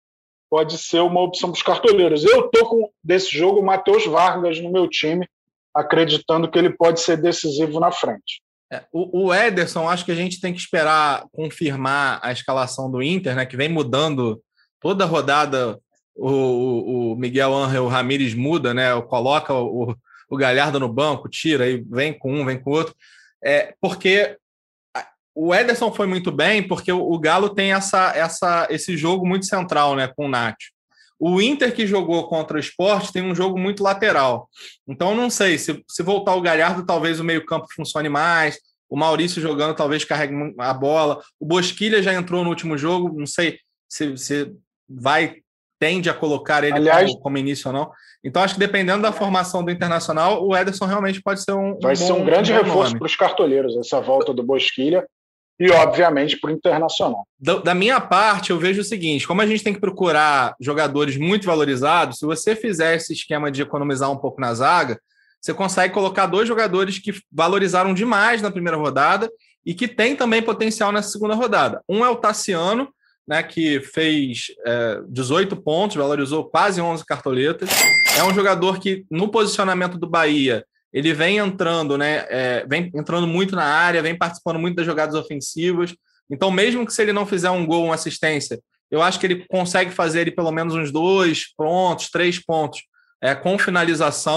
pode ser uma opção para os cartoleiros. Eu estou com, desse jogo, o Matheus Vargas no meu time, acreditando que ele pode ser decisivo na frente. É, o, o Ederson, acho que a gente tem que esperar confirmar a escalação do Inter, né, que vem mudando toda rodada. O, o, o Miguel Ángel Ramírez muda, né, coloca o, o Galhardo no banco, tira, aí vem com um, vem com outro. É, porque o Ederson foi muito bem porque o Galo tem essa, essa, esse jogo muito central, né, com o Nacho. O Inter que jogou contra o Sport tem um jogo muito lateral. Então, não sei, se, se voltar o Galhardo, talvez o meio-campo funcione mais, o Maurício jogando talvez carregue a bola, o Bosquilha já entrou no último jogo, não sei se, se vai, tende a colocar ele Aliás, como, como início ou não. Então, acho que dependendo da formação do Internacional, o Ederson realmente pode ser um Vai um ser bom, um grande um reforço para os cartoleiros, essa volta do Bosquilha. E, obviamente, para o Internacional. Da, da minha parte, eu vejo o seguinte, como a gente tem que procurar jogadores muito valorizados, se você fizer esse esquema de economizar um pouco na zaga, você consegue colocar dois jogadores que valorizaram demais na primeira rodada e que tem também potencial nessa segunda rodada. Um é o Tassiano, né, que fez é, dezoito pontos, valorizou quase onze cartoletas. É um jogador que, no posicionamento do Bahia, ele vem entrando, né? É, vem entrando muito na área, vem participando muito das jogadas ofensivas. Então, mesmo que se ele não fizer um gol, uma assistência, eu acho que ele consegue fazer ele pelo menos uns dois pontos, três pontos é, com finalização.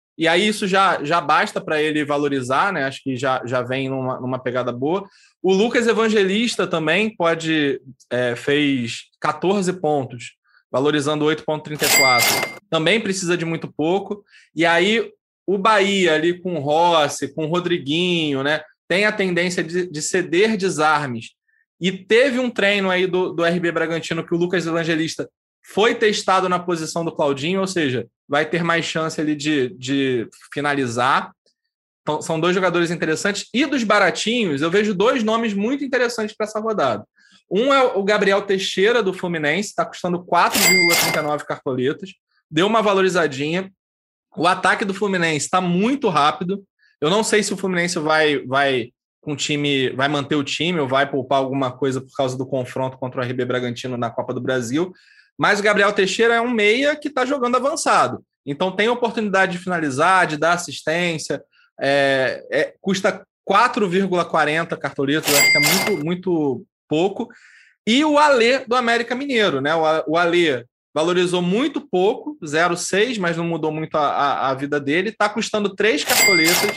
e aí isso já, já basta para ele valorizar, né? Acho que já, já vem numa, numa pegada boa. O Lucas Evangelista também pode é, fez catorze pontos, valorizando oito vírgula trinta e quatro. Também precisa de muito pouco. E aí o Bahia ali com o Rossi, com o Rodriguinho, né? Tem a tendência de, de ceder desarmes. E teve um treino aí do, do R B Bragantino que o Lucas Evangelista foi testado na posição do Claudinho, ou seja, vai ter mais chance ali de, de finalizar. Então, são dois jogadores interessantes. E dos baratinhos, eu vejo dois nomes muito interessantes para essa rodada. Um é o Gabriel Teixeira, do Fluminense, está custando quatro vírgula trinta e nove cartoletas, deu uma valorizadinha. O ataque do Fluminense está muito rápido. Eu não sei se o Fluminense vai, vai, com time, vai manter o time ou vai poupar alguma coisa por causa do confronto contra o R B Bragantino na Copa do Brasil, mas o Gabriel Teixeira é um meia que está jogando avançado. Então tem oportunidade de finalizar, de dar assistência, é, é, custa quatro vírgula quarenta cartoletas, acho que é muito, muito pouco. E o Alê do América Mineiro, né? O Alê valorizou muito pouco, zero vírgula seis, mas não mudou muito a, a, a vida dele, está custando três cartoletas.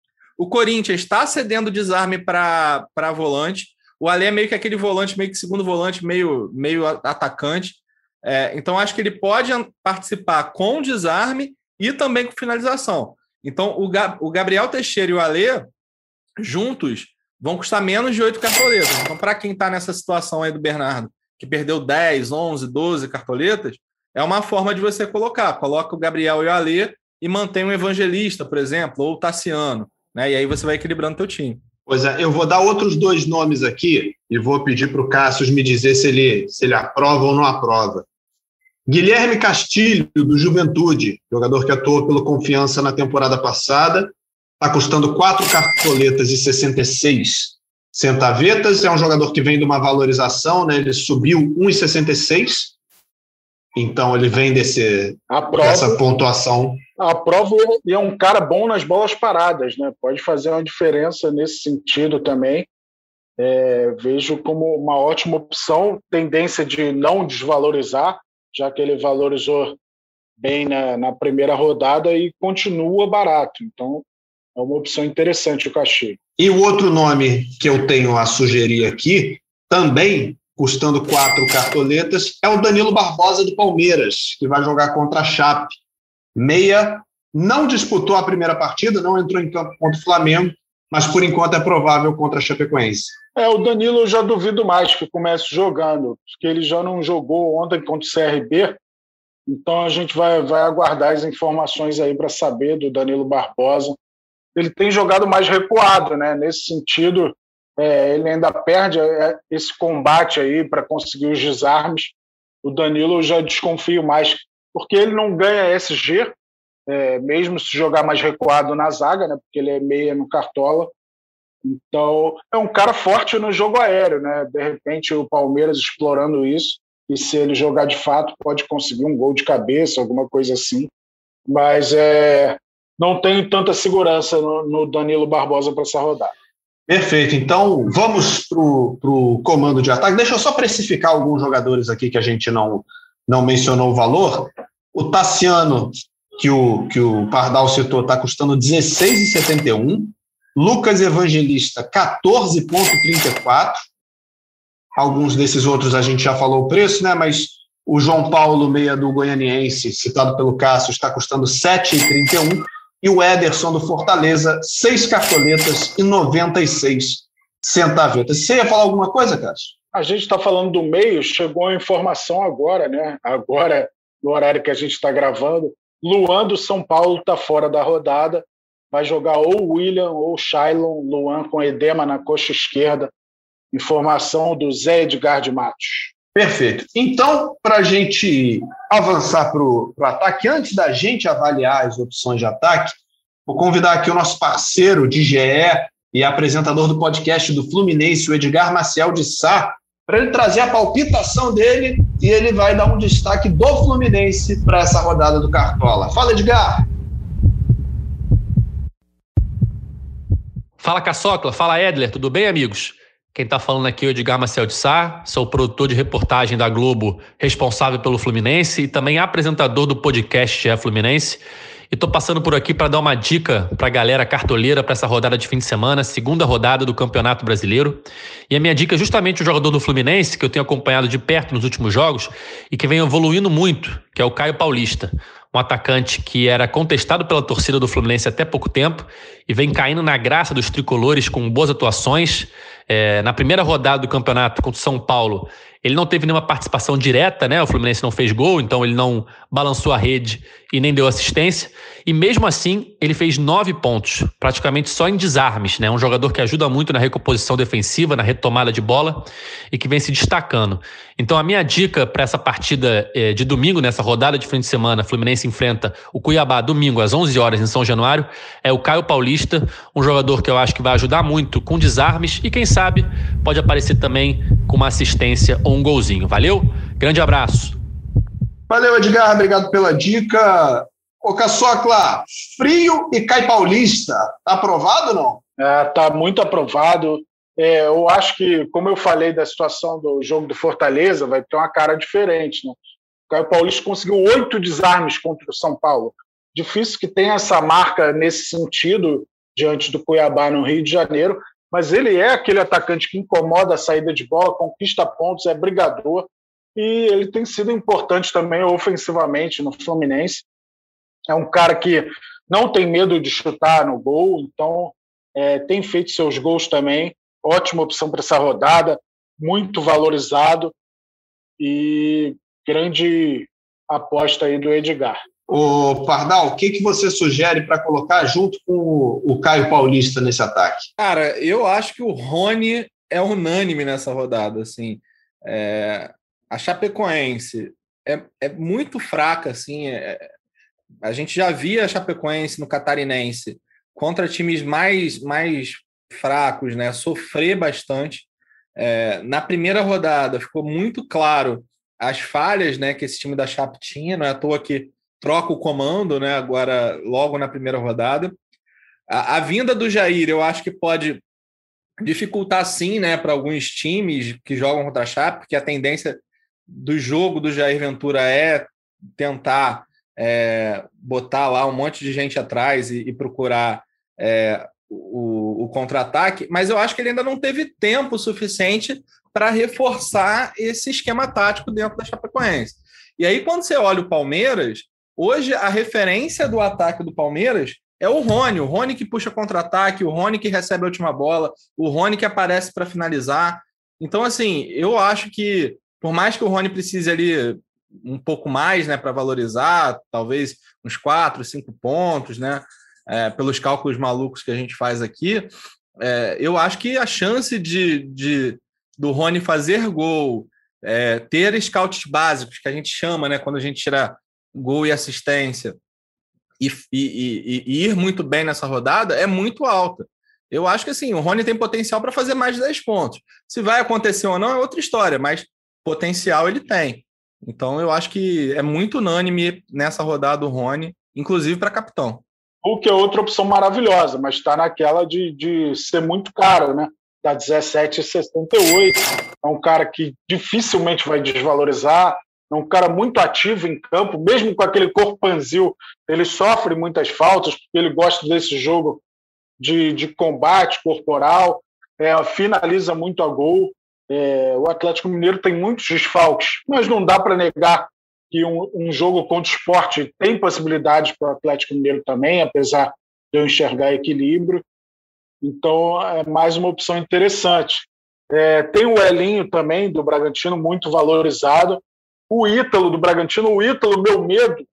O Corinthians está cedendo desarme para volante. O Alê é meio que aquele volante, meio que segundo volante, meio, meio atacante. É, então, acho que ele pode participar com desarme e também com finalização. Então, o, Gab, o Gabriel Teixeira e o Alê, juntos, vão custar menos de oito cartoletas. Então, para quem está nessa situação aí do Bernardo, que perdeu dez, onze, doze cartoletas, é uma forma de você colocar. Coloca o Gabriel e o Alê e mantém o Evangelista, por exemplo, ou o Tassiano, né? E aí você vai equilibrando teu time. Pois é, eu vou dar outros dois nomes aqui e vou pedir para o Cássio me dizer se ele, se ele aprova ou não aprova. Guilherme Castilho, do Juventude, jogador que atuou pelo Confiança na temporada passada, está custando quatro cartoletas e sessenta e seis centavetas. É um jogador que vem de uma valorização, né? Ele subiu um vírgula sessenta e seis, então ele vem desse, Aprova, dessa pontuação. Aprova, e é um cara bom nas bolas paradas, né? Pode fazer uma diferença nesse sentido também. É, vejo como uma ótima opção, tendência de não desvalorizar, já que ele valorizou bem na, na primeira rodada e continua barato. Então, é uma opção interessante o Castilho. E o outro nome que eu tenho a sugerir aqui, também custando quatro cartoletas, é o Danilo Barbosa do Palmeiras, que vai jogar contra a Chape. Meia, não disputou a primeira partida, não entrou em campo contra o Flamengo, mas por enquanto é provável contra a Chapecoense. É, o Danilo eu já duvido mais que comece jogando, porque ele já não jogou ontem contra o C R B, então a gente vai, vai aguardar as informações aí para saber do Danilo Barbosa. Ele tem jogado mais recuado, né? Nesse sentido, é, ele ainda perde esse combate aí para conseguir os desarmes. O Danilo eu já desconfio mais, porque ele não ganha S G, é, mesmo se jogar mais recuado na zaga, né? Porque ele é meia no Cartola. Então, é um cara forte no jogo aéreo, né? De repente, o Palmeiras explorando isso, e se ele jogar de fato, pode conseguir um gol de cabeça, alguma coisa assim. Mas é, não tenho tanta segurança no, no Danilo Barbosa para essa rodada. Perfeito. Então, vamos para o comando de ataque. Deixa eu só precificar alguns jogadores aqui que a gente não, não mencionou o valor. O Tassiano, que o, que o Pardal citou, está custando dezesseis vírgula setenta e um. Lucas Evangelista, quatorze vírgula trinta e quatro. Alguns desses outros a gente já falou o preço, né? Mas o João Paulo, meia do Goianiense, citado pelo Cássio, está custando sete vírgula trinta e um. E o Ederson do Fortaleza, seis cartoletas e noventa e seis centavetas. Você ia falar alguma coisa, Cássio? A gente está falando do meio, chegou a informação agora, né? Agora, no horário que a gente está gravando, Luan do São Paulo está fora da rodada. Vai jogar ou o William ou o Shailon. Luan com edema na coxa esquerda. Informação do Zé Edgar de Matos. Perfeito. Então, para a gente avançar para o ataque, antes da gente avaliar as opções de ataque, vou convidar aqui o nosso parceiro de G E e apresentador do podcast do Fluminense, o Edgar Maciel de Sá, para ele trazer a palpitação dele e ele vai dar um destaque do Fluminense para essa rodada do Cartola. Fala, Edgar! Fala, Caçocla. Fala, Edler. Tudo bem, amigos? Quem está falando aqui é o Edgar Maciel de Sá, sou produtor de reportagem da Globo, responsável pelo Fluminense e também apresentador do podcast G E Fluminense. E tô passando por aqui para dar uma dica para a galera cartoleira para essa rodada de fim de semana, segunda rodada do Campeonato Brasileiro. E a minha dica é justamente o jogador do Fluminense, que eu tenho acompanhado de perto nos últimos jogos e que vem evoluindo muito, que é o Caio Paulista. Um atacante que era contestado pela torcida do Fluminense até pouco tempo e vem caindo na graça dos tricolores com boas atuações. É, na primeira rodada do campeonato contra o São Paulo, ele não teve nenhuma participação direta, né? O Fluminense não fez gol, então ele não balançou a rede e nem deu assistência. E mesmo assim, ele fez nove pontos, praticamente só em desarmes, né? Um jogador que ajuda muito na recomposição defensiva, na retomada de bola e que vem se destacando. Então a minha dica para essa partida é, de domingo, nessa rodada de fim de semana, Fluminense enfrenta o Cuiabá domingo às onze horas em São Januário, é o Caio Paulista, um jogador que eu acho que vai ajudar muito com desarmes e quem sabe pode aparecer também com uma assistência ou um golzinho. Valeu? Grande abraço. Valeu, Edgar. Obrigado pela dica. Ô, Caçocla, frio e Caio Paulista. Tá aprovado ou não? É, tá muito aprovado. É, eu acho que, como eu falei da situação do jogo do Fortaleza, vai ter uma cara diferente, né? O Caio Paulista conseguiu oito desarmes contra o São Paulo. Difícil que tenha essa marca nesse sentido diante do Cuiabá no Rio de Janeiro, mas ele é aquele atacante que incomoda a saída de bola, conquista pontos, é brigador, e ele tem sido importante também ofensivamente no Fluminense. É um cara que não tem medo de chutar no gol, então é, tem feito seus gols também. Ótima opção para essa rodada, muito valorizado e grande aposta aí do Edgar. Ô, Pardal, o que, que você sugere para colocar junto com o, o Caio Paulista nesse ataque? Cara, eu acho que o Rony é unânime nessa rodada. Assim, é, a Chapecoense é, é muito fraca. Assim, é, a gente já via a Chapecoense no Catarinense contra times mais, mais fracos, né, sofrer bastante. É, na primeira rodada ficou muito claro as falhas, né, que esse time da Chape tinha. Não é à toa que troca o comando, né, agora logo na primeira rodada. A, a vinda do Jair eu acho que pode dificultar sim, né, para alguns times que jogam contra a Chape, porque a tendência do jogo do Jair Ventura é tentar é, botar lá um monte de gente atrás e, e procurar é, o, o contra-ataque, mas eu acho que ele ainda não teve tempo suficiente para reforçar esse esquema tático dentro da Chapecoense. E aí, quando você olha o Palmeiras, hoje a referência do ataque do Palmeiras é o Rony, o Rony que puxa contra-ataque, o Rony que recebe a última bola, o Rony que aparece para finalizar. Então, assim, eu acho que, por mais que o Rony precise ali um pouco mais, né, para valorizar, talvez uns quatro, cinco pontos, né, é, pelos cálculos malucos que a gente faz aqui, é, eu acho que a chance de, de, do Rony fazer gol, é, ter scouts básicos, que a gente chama, né, quando a gente tira gol e assistência, e, e, e, e ir muito bem nessa rodada, é muito alta. Eu acho que assim, o Rony tem potencial para fazer mais de dez pontos. Se vai acontecer ou não é outra história, mas potencial ele tem. Então eu acho que é muito unânime nessa rodada o Rony, inclusive para capitão. O que é outra opção maravilhosa, mas está naquela de, de ser muito caro, né? Está dezessete reais e sessenta e oito centavos. É um cara que dificilmente vai desvalorizar, é um cara muito ativo em campo, mesmo com aquele corpo panzil, ele sofre muitas faltas, porque ele gosta desse jogo de, de combate corporal, é, finaliza muito a gol. É, o Atlético Mineiro tem muitos desfalques, mas não dá para negar que um, um jogo contra o Sport tem possibilidades para o Atlético Mineiro também, apesar de eu enxergar equilíbrio. Então, é mais uma opção interessante. É, tem o Elinho também, do Bragantino, muito valorizado. O Ítalo, do Bragantino, o Ítalo, meu medo,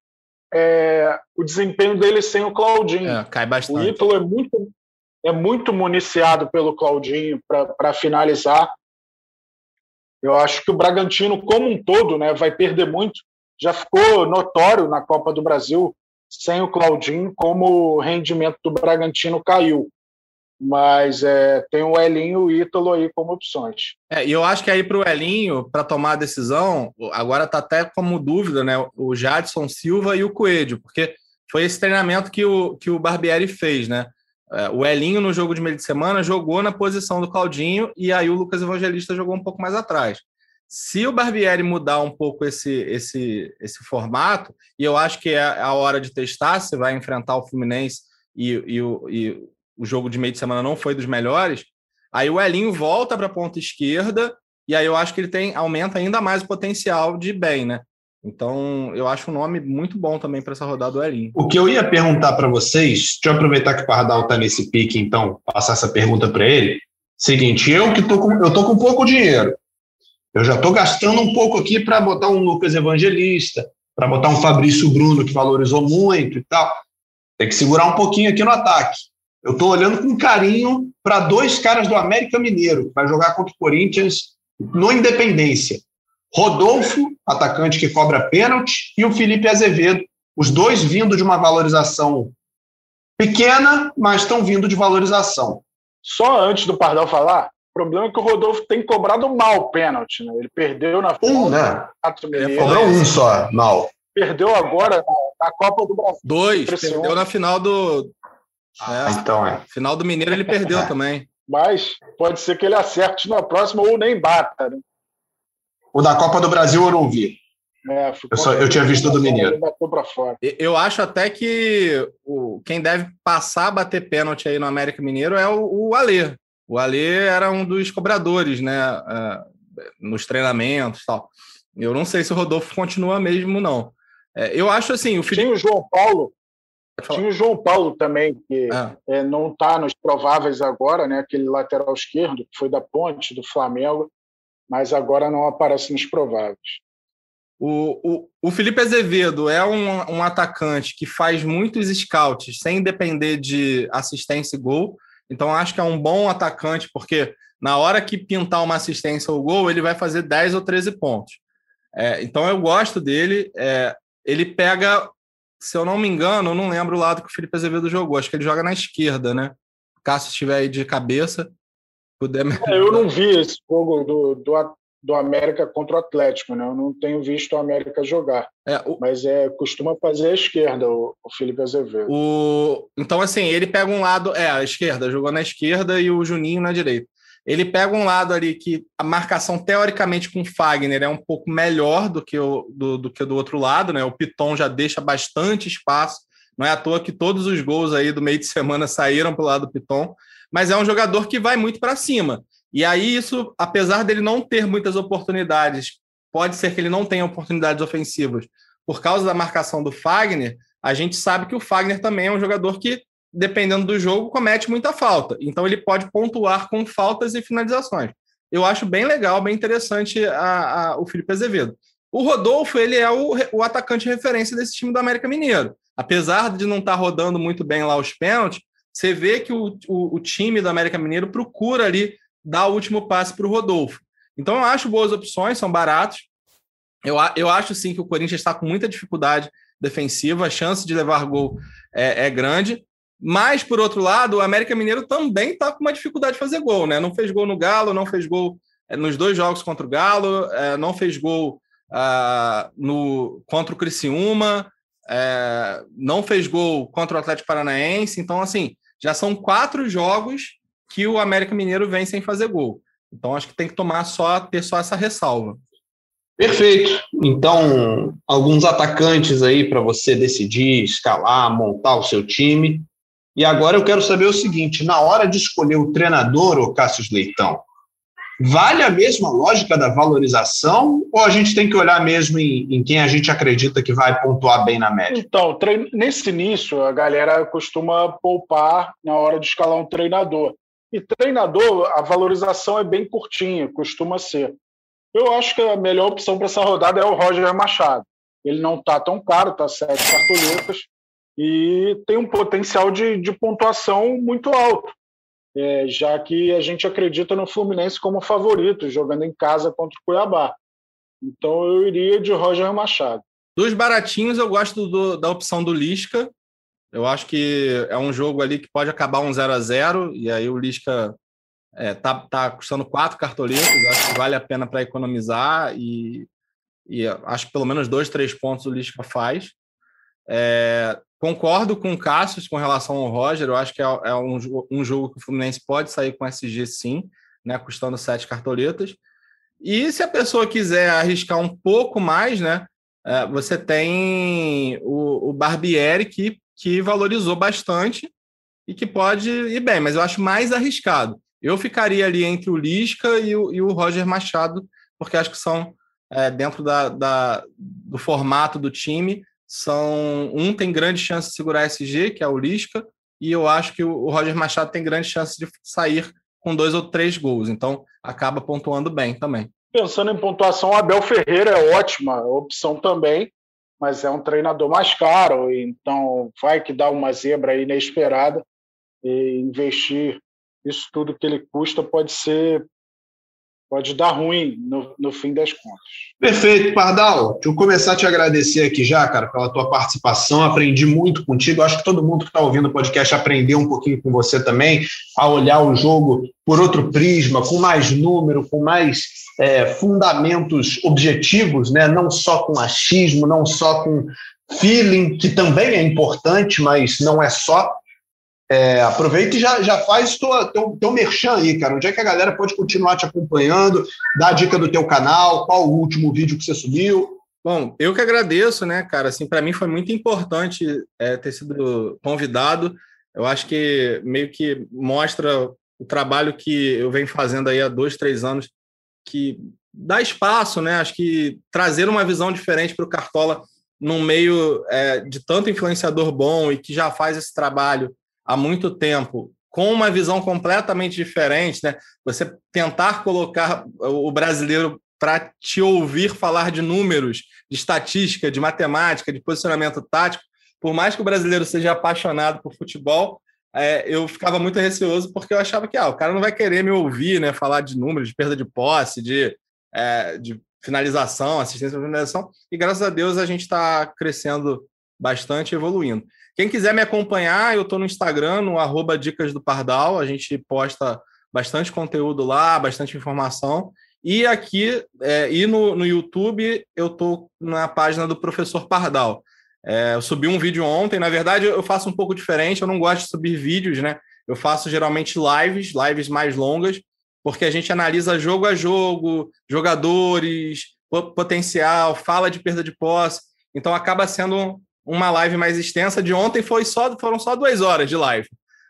é o desempenho dele sem o Claudinho. É, cai bastante. O Ítalo é muito, é muito municiado pelo Claudinho para finalizar. Eu acho que o Bragantino, como um todo, né, vai perder muito. Já ficou notório na Copa do Brasil, sem o Claudinho, como o rendimento do Bragantino caiu. Mas é, tem o Elinho e o Ítalo aí como opções. É, e eu acho que aí para o Elinho, para tomar a decisão, agora está até como dúvida, né, o Jadson Silva e o Coelho, porque foi esse treinamento que o, que o Barbieri fez, né? É, o Elinho, no jogo de meio de semana, jogou na posição do Claudinho e aí o Lucas Evangelista jogou um pouco mais atrás. Se o Barbieri mudar um pouco esse, esse, esse formato, e eu acho que é a hora de testar, você vai enfrentar o Fluminense e, e, o, e o jogo de meio de semana não foi dos melhores, aí o Elinho volta para a ponta esquerda, e aí eu acho que ele tem, aumenta ainda mais o potencial de ir bem, né? Então, eu acho um nome muito bom também para essa rodada do Elinho. O que eu ia perguntar para vocês, deixa eu aproveitar que o Pardal está nesse pique, então, passar essa pergunta para ele. Seguinte, eu que tô com, eu tô com pouco dinheiro. Eu já estou gastando um pouco aqui para botar um Lucas Evangelista, para botar um Fabrício Bruno, que valorizou muito e tal. Tem que segurar um pouquinho aqui no ataque. Eu estou olhando com carinho para dois caras do América Mineiro, que vai jogar contra o Corinthians no Independência. Rodolfo, atacante que cobra pênalti, e o Felipe Azevedo, os dois vindo de uma valorização pequena, mas estão vindo de valorização. Só antes do Pardal falar, o problema é que o Rodolfo tem cobrado mal o pênalti, né? Ele perdeu na um, né? Ele cobrou um só, mal. Perdeu agora na, na Copa do Brasil. Dois, perdeu na final do... Ah, é, então é. Final do Mineiro ele perdeu é. também. Mas pode ser que ele acerte na próxima ou nem bata, né? O da Copa do Brasil eu não vi. É, eu, só, eu tinha visto o do Mineiro. Fora. Eu acho até que o, quem deve passar a bater pênalti aí no América Mineiro é o, o Alê. O Alê era um dos cobradores, né? Uh, nos treinamentos e tal. Eu não sei se o Rodolfo continua mesmo, não. É, eu acho assim... O Felipe... Tinha o João Paulo. Tinha o João Paulo também, que é. É, não está nos prováveis agora, né? Aquele lateral esquerdo, que foi da Ponte, do Flamengo, mas agora não aparece nos prováveis. O, o, o Felipe Azevedo é um, um atacante que faz muitos scouts sem depender de assistência e gol. Então, acho que é um bom atacante, porque na hora que pintar uma assistência ou gol, ele vai fazer dez ou treze pontos. É, então, eu gosto dele. É, ele pega, se eu não me engano, eu não lembro o lado que o Felipe Azevedo jogou. Acho que ele joga na esquerda, né? Caso estiver aí de cabeça, puder... É, eu não vi esse jogo do, do, do América contra o Atlético, né? Eu não tenho visto o América jogar. É, o... Mas é, costuma fazer a esquerda, o, o Felipe Azevedo. O... Então, assim, ele pega um lado... É, a esquerda, jogou na esquerda e o Juninho na direita. Ele pega um lado ali que a marcação, teoricamente, com o Fagner é um pouco melhor do que o do, do, que do outro lado, né? O Piton já deixa bastante espaço. Não é à toa que todos os gols aí do meio de semana saíram para o lado do Piton. Mas é um jogador que vai muito para cima. E aí isso, apesar dele não ter muitas oportunidades, pode ser que ele não tenha oportunidades ofensivas por causa da marcação do Fagner, a gente sabe que o Fagner também é um jogador que, dependendo do jogo, comete muita falta. Então ele pode pontuar com faltas e finalizações. Eu acho bem legal, bem interessante a, a, o Felipe Azevedo. O Rodolfo, ele é o, o atacante de referência desse time do América Mineiro. Apesar de não estar rodando muito bem lá os pênaltis, você vê que o, o, o time do América Mineiro procura ali dar o último passe para o Rodolfo. Então, eu acho boas opções, são baratos. Eu, eu acho, sim, que o Corinthians está com muita dificuldade defensiva, a chance de levar gol é, é grande. Mas, por outro lado, o América Mineiro também está com uma dificuldade de fazer gol, né? Não fez gol no Galo, não fez gol é, nos dois jogos contra o Galo, é, não fez gol ah, no, contra o Criciúma, é, não fez gol contra o Atlético Paranaense. Então, assim, já são quatro jogos que o América Mineiro vem sem fazer gol. Então, acho que tem que tomar só, ter só essa ressalva. Perfeito. Então, alguns atacantes aí para você decidir, escalar, montar o seu time. E agora eu quero saber o seguinte, na hora de escolher o treinador, ô Cássio Leitão, vale a mesma lógica da valorização ou a gente tem que olhar mesmo em, em quem a gente acredita que vai pontuar bem na média? Então, trein... nesse início, a galera costuma poupar na hora de escalar um treinador. E treinador, a valorização é bem curtinha, costuma ser. Eu acho que a melhor opção para essa rodada é o Roger Machado. Ele não está tão caro, está sete cartoletas, e tem um potencial de, de pontuação muito alto, é, já que a gente acredita no Fluminense como favorito, jogando em casa contra o Cuiabá. Então eu iria de Roger Machado. Dos baratinhos, eu gosto do, da opção do Lisca. Eu acho que é um jogo ali que pode acabar um zero a zero, e aí o Lisca é, tá, tá custando quatro cartoletas, acho que vale a pena para economizar, e, e acho que pelo menos dois, três pontos o Lisca faz. É, concordo com o Cássio com relação ao Roger, eu acho que é, é um, um jogo que o Fluminense pode sair com S G sim, né, custando sete cartoletas. E se a pessoa quiser arriscar um pouco mais, né, é, você tem o, o Barbieri, que, que valorizou bastante e que pode ir bem, mas eu acho mais arriscado. Eu ficaria ali entre o Lisca e o, e o Roger Machado, porque acho que são, é, dentro da, da, do formato do time, são um tem grande chance de segurar S G, que é o Lisca, e eu acho que o, o Roger Machado tem grande chance de sair com dois ou três gols, então acaba pontuando bem também. Pensando em pontuação, o Abel Ferreira é ótima opção também, mas é um treinador mais caro, então vai que dá uma zebra aí inesperada, e investir isso tudo que ele custa pode ser, pode dar ruim no, no fim das contas. Perfeito, Pardal. Deixa eu começar a te agradecer aqui já, cara, pela tua participação. Aprendi muito contigo. Acho que todo mundo que está ouvindo o podcast aprendeu um pouquinho com você também, a olhar o jogo por outro prisma, com mais número, com mais é, fundamentos objetivos, né? Não só com achismo, não só com feeling, que também é importante, mas não é só. É, aproveita e já, já faz tua, teu, teu merchan aí, cara. Onde é que a galera pode continuar te acompanhando? Dá a dica do teu canal, qual o último vídeo que você subiu? Bom, eu que agradeço, né, cara? Assim, para mim foi muito importante é, ter sido convidado. Eu acho que meio que mostra o trabalho que eu venho fazendo aí há dois, três anos, que dá espaço, né? Acho que trazer uma visão diferente para o Cartola num meio é, de tanto influenciador bom e que já faz esse trabalho há muito tempo, com uma visão completamente diferente, né? Você tentar colocar o brasileiro para te ouvir falar de números, de estatística, de matemática, de posicionamento tático, por mais que o brasileiro seja apaixonado por futebol, é, eu ficava muito receoso porque eu achava que ah, o cara não vai querer me ouvir, né, falar de números, de perda de posse, de, é, de finalização, assistência de finalização, e graças a Deus a gente está crescendo bastante, evoluindo. Quem quiser me acompanhar, eu estou no Instagram, no arroba Dicas do Pardal, a gente posta bastante conteúdo lá, bastante informação, e aqui, é, e no, no YouTube, eu estou na página do Professor Pardal. É, eu subi um vídeo ontem, na verdade eu faço um pouco diferente, eu não gosto de subir vídeos, né? Eu faço geralmente lives, lives mais longas, porque a gente analisa jogo a jogo, jogadores, potencial, fala de perda de posse, então acaba sendo uma live mais extensa. De ontem foi só, foram só duas horas de live,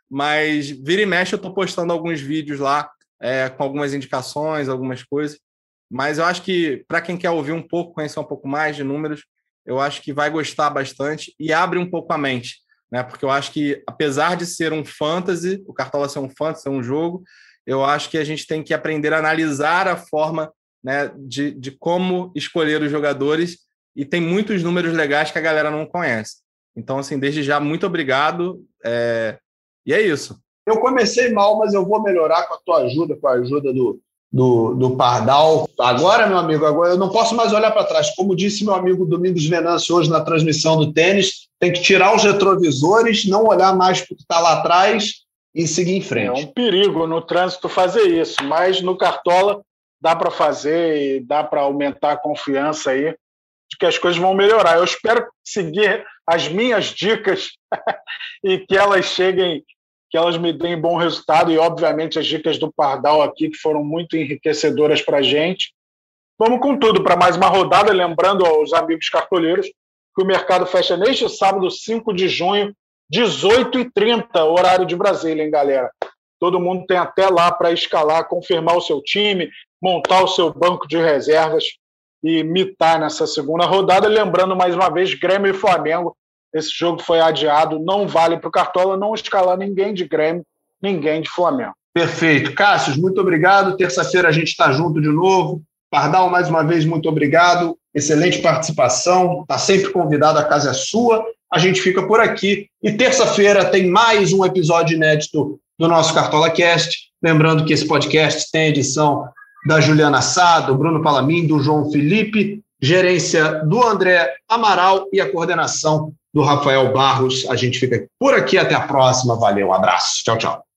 mas vira e mexe eu estou postando alguns vídeos lá, é, com algumas indicações, algumas coisas, mas eu acho que para quem quer ouvir um pouco, conhecer um pouco mais de números, eu acho que vai gostar bastante e abre um pouco a mente, né? Porque eu acho que, apesar de ser um fantasy, o Cartola ser um fantasy, ser um jogo, eu acho que a gente tem que aprender a analisar a forma, né, de, de como escolher os jogadores, e tem muitos números legais que a galera não conhece. Então, assim, desde já, muito obrigado, é... e é isso. Eu comecei mal, mas eu vou melhorar com a tua ajuda, com a ajuda do, do, do Pardal. Agora, meu amigo, agora eu não posso mais olhar para trás. Como disse meu amigo Domingos Venâncio hoje na transmissão do tênis, tem que tirar os retrovisores, não olhar mais para o que está lá atrás e seguir em frente. É um perigo no trânsito fazer isso, mas no Cartola dá para fazer e dá para aumentar a confiança aí de que as coisas vão melhorar. Eu espero seguir as minhas dicas e que elas cheguem, que elas me deem bom resultado, e obviamente as dicas do Pardal aqui, que foram muito enriquecedoras para a gente. Vamos com tudo para mais uma rodada, lembrando aos amigos cartoleiros que o mercado fecha neste sábado, cinco de junho, dezoito e trinta, horário de Brasília, hein, galera? Todo mundo tem até lá para escalar, confirmar o seu time, montar o seu banco de reservas e mitar nessa segunda rodada. Lembrando, mais uma vez, Grêmio e Flamengo. Esse jogo foi adiado, não vale para o Cartola não escalar ninguém de Grêmio, ninguém de Flamengo. Perfeito. Cássio, muito obrigado. Terça-feira a gente está junto de novo. Pardal, mais uma vez, muito obrigado. Excelente participação. Está sempre convidado, a casa é sua. A gente fica por aqui. E terça-feira tem mais um episódio inédito do nosso Cartola Cast. Lembrando que esse podcast tem edição da Juliana Sá, do Bruno Palamin, do João Felipe, gerência do André Amaral e a coordenação do Rafael Barros. A gente fica por aqui, até a próxima. Valeu, um abraço. Tchau, tchau.